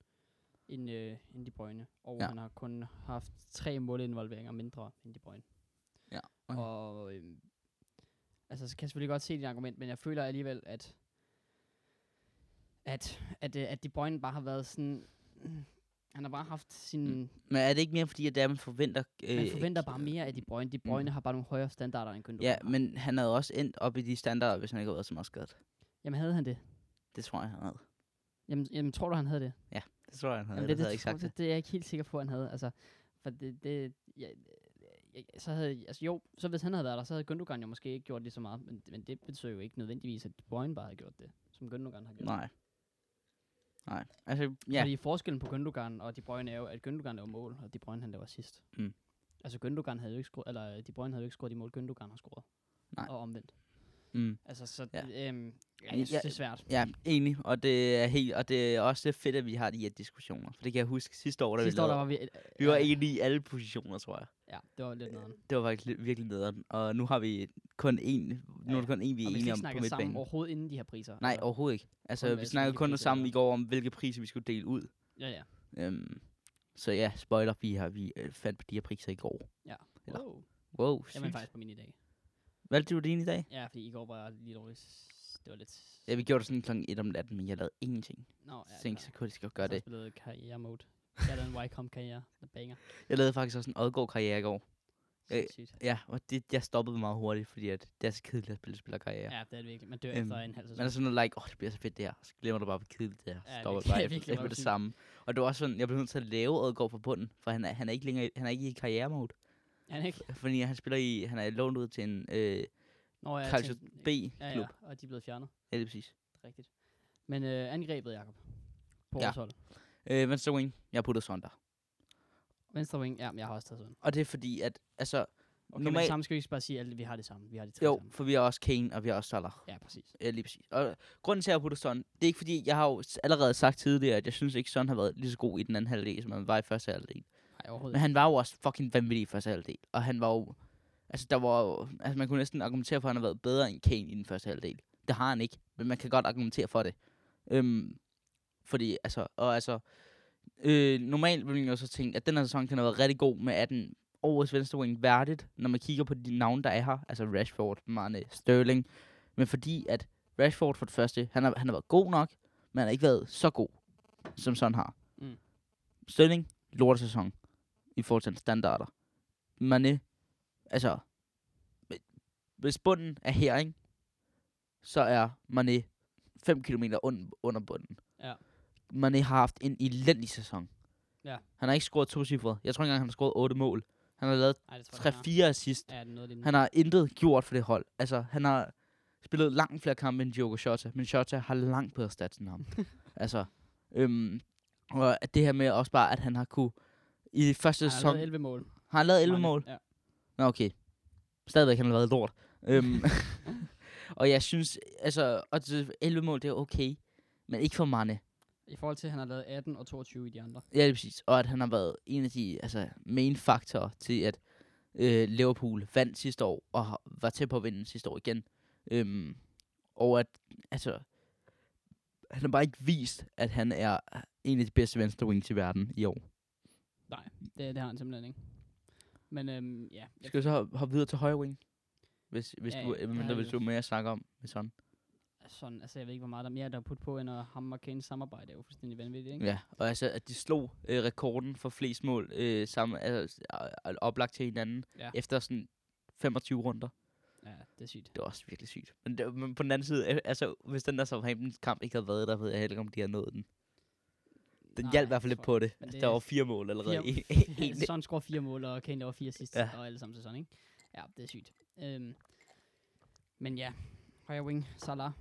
end De Bruyne. Og han har kun haft 3 målinvolveringer mindre end De Bruyne. Ja. Okay. Og altså, så kan jeg selvfølgelig godt se dit argument, men jeg føler alligevel, at De Bruyne bare har været sådan... Han har bare haft sin... Men er det ikke mere fordi, at det er, man forventer... man forventer bare mere af De Bruyne. De Bruyne har bare nogle højere standarder end Gündogan. Ja, men han havde også endt op i de standarder, hvis han ikke havde været så meget skadet. Jamen, havde han det? Det tror jeg, han havde. Jamen tror du, han havde det? Ja, det tror jeg, han havde. Jamen, det havde jeg ikke sagt det. Det er jeg ikke helt sikker på, han havde. Altså, for så havde... Altså jo, så hvis han havde været der, så havde Gündogan jo måske ikke gjort det så meget. Men det betyder jo ikke nødvendigvis, at De Bruyne bare havde gjort det, som Gündogan har gjort. Nej, altså, ja. Fordi forskellen på Gündogan og De Bruyne er jo, at Gündogan laver mål, og De Bruyne han laver sidst. Altså Gündogan havde jo ikke scoret, eller De Bruyne havde jo ikke scoret de mål, Gündogan har scoret. Nej. Og omvendt. Altså, så ja. Jeg synes, det er svært. Ja, enig, og det er også fedt, at vi har de her diskussioner. For det kan jeg huske sidste år, vi var enige i alle positioner, tror jeg. Ja, det var lidt nederen. Det var faktisk virkelig nederen. Og nu har vi kun én, vi er enige om på midtbanen. Sammen overhovedet inden de her priser? Nej, eller? Overhovedet ikke. Altså, vi snakkede kun sammen i går om, hvilke priser vi skulle dele ud. Ja. Så ja, spoiler, vi fandt på de her priser i går. Ja. Wow, jeg var faktisk på min i dag. Valgte du din i dag? Ja, fordi i går var jeg lige dårligt. Det var lidt... Ja, vi gjorde det sådan klokken 1 om natten, men jeg lavede ingenting. Så kunne jeg gøre det. Jeg spillede karriere-mode. Jeg lavede en Wycombe-karriere, der banger. Jeg lavede faktisk også en Odgaard-karriere i går. Ja, og jeg stoppede meget hurtigt, fordi at det er så kedeligt at spille karriere. Ja, det er det virkelig. Man dør efter en halv sæson. Man er sådan noget det bliver så fedt det her. Så glemmer du bare, hvor kedeligt det her. Ja, stopper bare efter det samme. Og det var også sådan, jeg blev nødt til at lave Odgaard fra bunden, for han er ikke længere, han er ikke i karriere-mode. Han ikke? Fordi han er lånt ud til en Calcio B-klub. Ja, og de er blevet fjernet. Ja, det er præcis. Rigtigt. Men angrebet, Jakob, på vores hold. Venstre wing, jeg puttede Sonder. Venstre wing, ja, jeg har også taget sådan. Og det er fordi, at altså... Okay, normalt... men sammen skal vi ikke bare sige, at vi har det samme. Vi har de tre sammen. For vi har også Kane, og vi har også Salah. Ja, præcis. Ja, lige præcis. Og grunden til, at jeg putter Son, det er ikke fordi, jeg har jo allerede sagt tidligere, at jeg synes ikke, Son har været lige så god i den anden halvdel, som han var i første halvdel. Nej, overhovedet. Men han var jo også fucking vanvittig i første halvdel. Og han var jo... Altså, man kunne næsten argumentere for, at han har været bedre end Kane i den første halvdel. Det har han ikke, men man kan godt argumentere for det. Fordi, normalt ville jeg jo så tænke, at den her sæson kan have været rigtig god med, at den årets venstre wing værdigt, når man kigger på de navne, der er her. Altså Rashford, Mane, Sterling. Men fordi at Rashford for det første, han har været god nok, men han har ikke været så god, som sådan har. Sterling, lortesæson i forhold til standarder. Mane, altså, hvis bunden er her, ikke? så er Mané 5 kilometer under bunden. Ja. Mané har haft en elendig sæson. Ja. Han har ikke scoret 2 cifre. Jeg tror ikke engang, han har scoret 8 mål. Han har lavet Ej, det tror jeg, 3-4 assist. Ja, det er noget lignende. Han har intet gjort for det hold. Altså, han har spillet langt flere kampe end Diogo Jota, men Jota har langt bedre stats end ham. Altså, og at det her med også bare, at han har kunne i første Han sæson... har lavet 11 mål. Har han lavet 11 mål? Ja. Nå, okay. Stadigvæk, han har lavet lort. Og jeg synes, altså, og 11 mål, det er okay, men ikke for Mané. I forhold til, at han har lavet 18 og 22 i de andre. Ja, det er præcis. Og at han har været en af de main faktorer til, at Liverpool vandt sidste år, og var tæt på at vinde sidste år igen. Og at, altså, han har bare ikke vist, at han er en af de bedste venstre wings i verden i år. Nej, det har han simpelthen ikke. Men ja. Skal vi så hoppe videre til højre wing? Hvis Ja, du ja, vil du mere at snakke om med sådan. Sådan, altså jeg ved ikke, hvor meget der er mere, der er putt på, end at ham og Kane samarbejde er jo fuldstændig vanvittigt, ikke? Ja, og altså, at de slog rekorden for flest mål sammen, oplagt til hinanden, efter sådan 25 runder. Ja, det er sygt. Det var også virkelig sygt. Men på den anden side, altså, hvis den der Southampton-kamp ikke havde været der, ved jeg heller ikke, om de havde nået den. Den hjalp i hvert fald lidt på det. Altså, der var 4 mål allerede. Sådan scorer 4 mål, og Kane laver 4 sidst, og alle sammen sådan, ikke? Ja, det er sygt. Men ja, højre wing, Salah.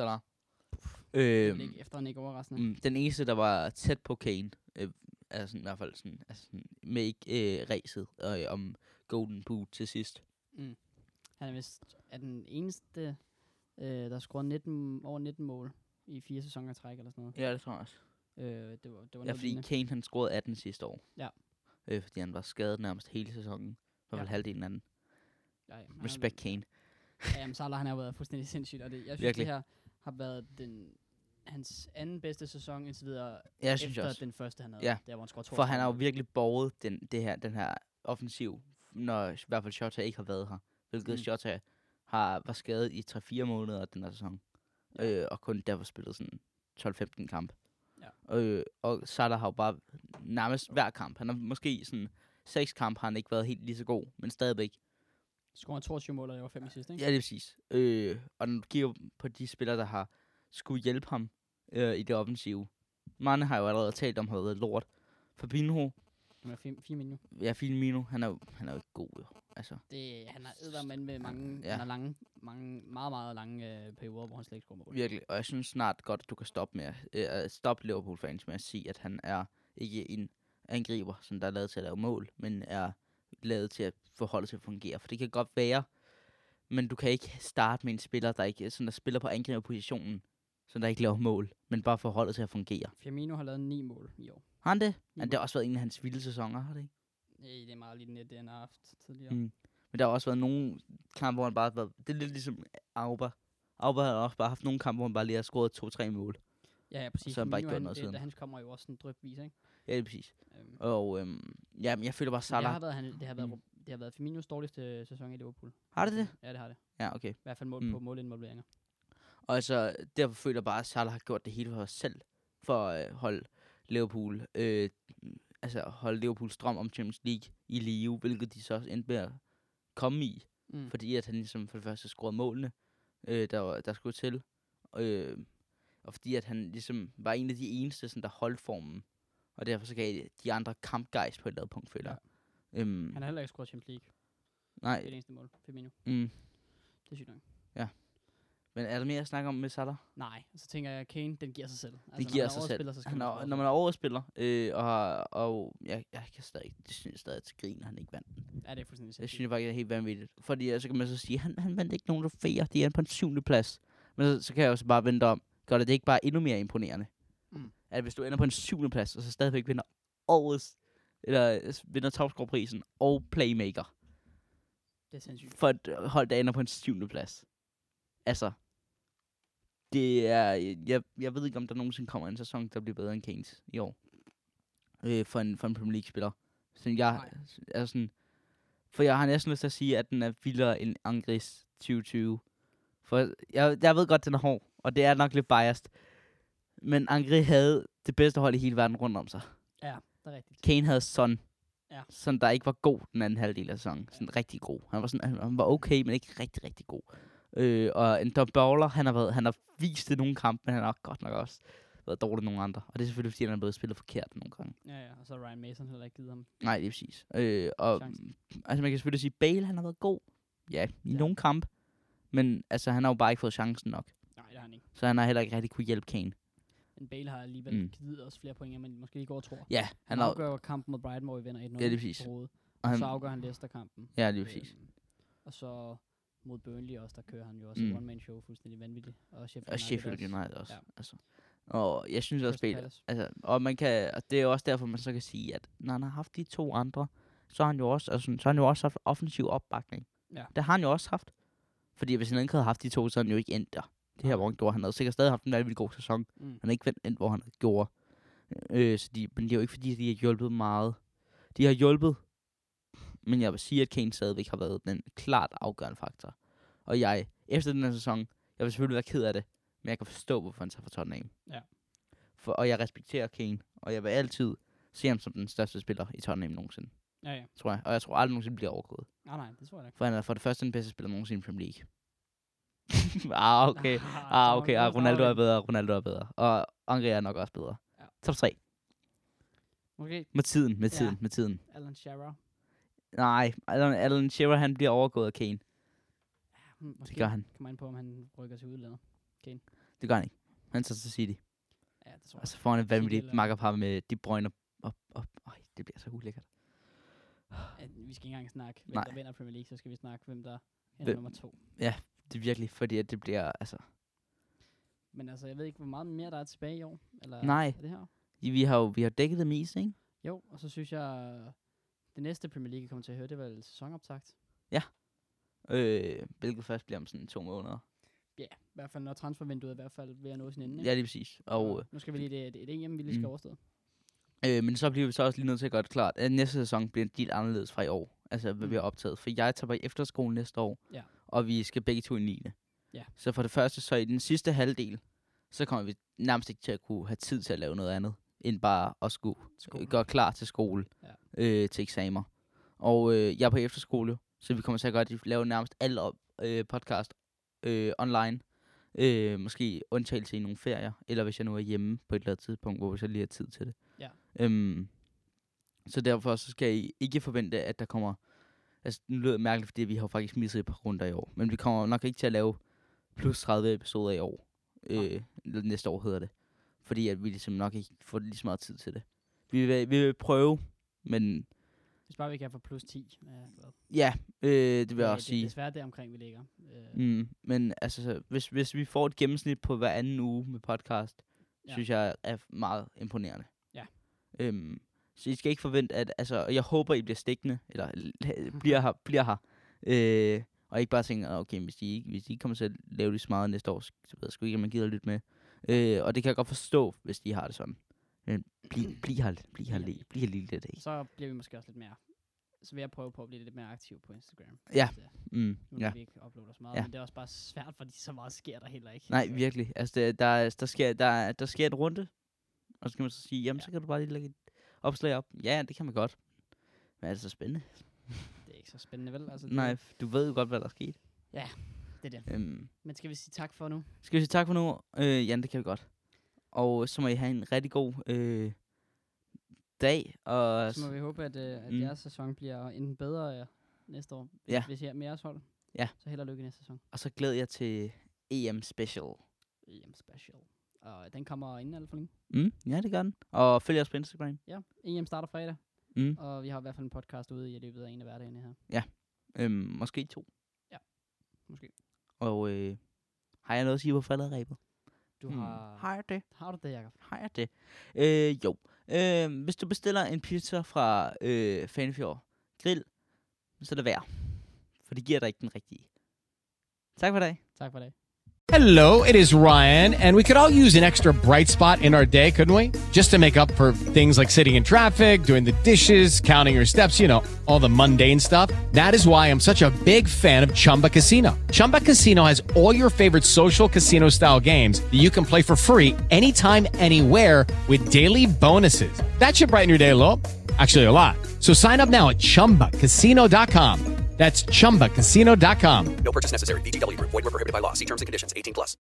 Efter han ikke overraskende. Den eneste, der var tæt på Kane, altså i hvert fald sådan, med ikke ræset om Golden Boot til sidst. Han er vist den eneste, der scorede over 19 mål i 4 sæsoner træk eller sådan noget. Ja, det tror jeg også. Det var ja, fordi Kane han scorede 18 sidste år. Ja. Fordi han var skadet nærmest hele sæsonen. For halvdelen af den. Ja, Respect Kane. Ja, Salah han har været fuldstændig sindssygt, og jeg synes, virkelig. Det her har været hans anden bedste sæson indtil videre, efter den første han havde. Ja, der, hvor han scorede 22. For han har jo virkelig borget den her offensiv, når i hvert fald Jota ikke har været her. Hvilket Jota var skadet i 3-4 måneder den her sæson. Og kun derfor spillet sådan 12-15 kamp. Ja. Og Salah har jo bare nærmest hver kamp. Han har måske sådan 6 kampe har han ikke været helt lige så god, men stadigvæk. Scorer 22 mål, og det var 5 i sidste, ikke? Ja, det er præcis. Og når du kigger på de spillere, der har skulle hjælpe ham i det offensive. Mange har jo allerede talt om, at han har været lort. Fabinho. Han er Firmino. Ja, Firmino. Han er jo ikke god, jo. Altså. Han har eddermand med mange, han har meget, meget lange perioder, hvor han slet ikke scorer mål. Virkelig, og jeg synes snart godt, at du kan stoppe Liverpool-fans med at sige, at han er ikke en angriber, som der er lavet til at lave mål, men er lavet til at få holdet til at fungere. For det kan godt være, men du kan ikke starte med en spiller, der ikke sådan, der spiller på angriberpositionen, så der ikke laver mål, men bare får holdet til at fungere. Firmino har lavet 9 mål i år. Har han det? Men det har også været en af hans vilde sæsoner, har det ikke? Nej, det er meget lidt net, det han har haft tidligere. Men der har også været nogle kampe, hvor han bare har været... Det er lidt ligesom Auba. Auba har også bare haft nogle kampe, hvor han bare lige har scoret 2-3 mål. Ja, præcis. Så har han bare ikke gjort noget siden. Han kommer jo også sådan drypvis, ikke? Ja, det er præcis. Og jeg føler bare Salah... Det har været Firminos dårligste sæson i Liverpool. Har det det? Ja, det har det. Ja, okay. I hvert fald mål på målinvolveringer. Og altså, derfor føler jeg bare, at Salah har gjort det hele for sig selv, for at holde Liverpool, holde Liverpools drøm om Champions League i live, hvilket de så også endte med at komme i. Fordi at han ligesom for det første scorede målene, der skulle til. Og fordi at han ligesom var en af de eneste, sådan, der holdt formen. Og derfor så gav de andre kampgejst på et lavet punkt, føler jeg. Han har heller ikke scoret Champions League. Nej. Det er det eneste mål, Firmino. Det er sygt nok. Ja. Men er der mere at snakke om med Salah? Nej, så tænker jeg, at Kane, den giver sig selv. Det giver sig selv. Når man er overspiller, og jeg kan stadig, det synes jeg stadig til grin, at han ikke vandt den. Ja, det er fuldstændig sindssygt. Jeg synes faktisk, det er helt vanvittigt. Fordi så kan man så sige, han vandt ikke nogen trofæer. De er på en 7. plads. Men så kan jeg også bare vente om. Gør det ikke bare endnu mere imponerende? At hvis du ender på en 7. plads, og så stadigvæk vinder vinder topscoreprisen og playmaker. Det er sindssygt. For et hold, der ender på en 7. plads. Altså, det er... Jeg ved ikke, om der nogensinde kommer en sæson, der bliver bedre end Kanes i år. For en Premier League-spiller. For jeg har næsten lyst til at sige, at den er vildere end Angris 2020. For jeg ved godt, den er hård, og det er nok lidt biased. Men Angri havde det bedste hold i hele verden rundt om sig. Ja, det er rigtigt. Kane havde Son. Ja. Sådan, der ikke var god den anden halvdel af sæsonen. Sådan rigtig god. Han var okay, men ikke rigtig, rigtig god. Og en dog-bowler, han har vist det nogle kampe, men han har godt nok også været dårlig nogle andre. Og det er selvfølgelig, fordi han er blevet spillet forkert nogle gange. Ja, og så Ryan Mason heller ikke givet ham. Nej, det er præcis. Og altså, man kan selvfølgelig sige, Bale, han har været god. Ja, i nogle kampe. Men altså, han har jo bare ikke fået chancen nok. Nej, det har han ikke. Så han har heller ikke rigtig kunne hjælpe Kane. Men Bale har alligevel givet os flere point, men måske ikke går og tror. Ja, han afgør kampen mod Brighton, hvor vi vinder 1-0. Ja, det er præcis. Og så afgør han Leicester-kampen. Ja, det er præcis. Og så mod Burnley også, der kører han jo også one-man-show fuldstændig vanvittigt. Og Sheffield United også. Ja. Altså. Og jeg synes også, Bale, altså, og det er også derfor, man så kan sige, at når han har haft de 2 andre, så har han jo også, haft offensiv opbakning. Ja. Det har han jo også haft. Fordi hvis han ikke havde haft de 2, så havde han jo ikke endt der. Det her, hvor han gjorde. Han havde sikkert stadig haft en vanvittig god sæson. Han har ikke endt, hvor han gjorde. Men det er jo ikke, fordi de har hjulpet meget. De har hjulpet, men jeg vil sige, at Kane stadigvæk har været den klart afgørende faktor. Og efter den her sæson, jeg vil selvfølgelig være ked af det, men jeg kan forstå, hvorfor han tager for Tottenham. Ja. Og jeg respekterer Kane, og jeg vil altid se ham som den største spiller i Tottenham nogensinde. Ja. Tror jeg. Og jeg tror aldrig nogensinde bliver overgået. Nej, det tror jeg ikke. For han er for det første den bedste spiller nogensinde i Premier League. Okay. Ronaldo er bedre. Og Henry er nok også bedre. Ja. Top 3. Okay. Med tiden. Alan Shearer. Nej, Alan Shearer, han bliver overgået af Kane. Ja, det gør han. Kommer ind på, om han rykker til udlandet. Kane. Det gør han ikke. Han tager til City. Ja, det tror jeg. Og så får han et vanvittigt makkerpar med De Bruyne og det bliver så ulækkert. Vi skal ikke engang snakke, hvem der vinder Premier League, så skal vi snakke, hvem der er nummer 2. Ja, det er virkelig, fordi at det bliver, altså... Men altså, jeg ved ikke, hvor meget mere der er tilbage i år. Eller nej, det her? Vi har dækket det mest, ikke? Jo, og så synes jeg, det næste Premier League, kommer til at høre, det var et sæsonoptakt. Ja. Hvilket først bliver om sådan 2 måneder. Ja, i hvert fald når transfervinduet i hvert fald ved at nå sin ende. Ikke? Ja, det er præcis. Og nu skal vi lige et EM, vi lige skal overstå. Men så bliver vi så også lige nødt til at gøre det klart, at næste sæson bliver en del anderledes fra i år. Altså, hvad vi har optaget. For jeg tager på efterskole næste år, og vi skal begge 2 i 9. Ja. Så for det første, så i den sidste halvdel, så kommer vi nærmest ikke til at kunne have tid til at lave noget andet, end bare at skulle gøre klar til skole, til eksamener. Og jeg er på efterskole, så vi kommer til at lave nærmest alle podcast online. Måske undtagelse i nogle ferier, eller hvis jeg nu er hjemme på et eller andet tidspunkt, hvor vi så lige har tid til det. Ja. Så derfor så skal I ikke forvente, at der kommer... Altså, det lyder mærkeligt, fordi vi har faktisk misset et par runder i år. Men vi kommer nok ikke til at lave plus 30 episoder i år. Næste år hedder det. Fordi at vi ligesom nok ikke får lige så meget tid til det. Vi vil prøve, men... Hvis bare vi kan få plus 10. Ja, det vil jeg også sige. Det er desværre der omkring, vi ligger. Men altså, hvis vi får et gennemsnit på hver anden uge med podcast, synes jeg er meget imponerende. Ja. Så I skal ikke forvente, at... Altså, jeg håber, I bliver stikkende, eller bliver her. Og ikke bare tænke, okay, hvis I kommer til at lave det så meget næste år, så ved jeg sgu ikke, at man gider lidt med. Og det kan jeg godt forstå, hvis de har det sådan. Men bliv her lige lidt, ikke? Så bliver vi måske også lidt mere... Så vil jeg prøve på at blive lidt mere aktiv på Instagram. Ja. Nu kan vi ikke uploade så meget, men det er også bare svært, fordi så meget sker der heller ikke. Nej, virkelig. Altså, der sker et runde, og så kan man så sige, jamen, så kan du bare lige lægge et opslag op. Ja, det kan man godt. Men er det så spændende? Det er ikke så spændende, vel? Altså, nej, du ved jo godt, hvad der er sket. Ja, det er det. Men skal vi sige tak for nu? Skal vi sige tak for nu? Jan, det kan vi godt. Og så må I have en rigtig god dag. Og så må vi håbe, at jeres sæson bliver enten bedre næste år, hvis I er med jeres hold. Ja. Så held og lykke næste sæson. Og så glæder jeg til EM Special. EM Special. Og den kommer inden alt for længe. Ja, det gør den. Og følg os på Instagram. Ja, EM starter fredag. Og vi har i hvert fald en podcast ude i løbet af en af hverdagene her. Ja, måske 2. Ja, måske. Og har jeg noget at sige på falderæbet? Du har... Har du det, Jacob? Har jeg det? Jo. Hvis du bestiller en pizza fra Fanefjord Grill, så lad være. For det giver dig ikke den rigtige. Tak for i dag. Tak for i dag. Hello, it is Ryan, and we could all use an extra bright spot in our day, couldn't we? Just to make up for things like sitting in traffic, doing the dishes, counting your steps, you know, all the mundane stuff. That is why I'm such a big fan of Chumba Casino. Chumba Casino has all your favorite social casino-style games that you can play for free anytime, anywhere with daily bonuses. That should brighten your day a little. Actually, a lot. So sign up now at ChumbaCasino.com. That's ChumbaCasino.com. No purchase necessary. VGW Group. Void where prohibited by law. See terms and conditions. 18+.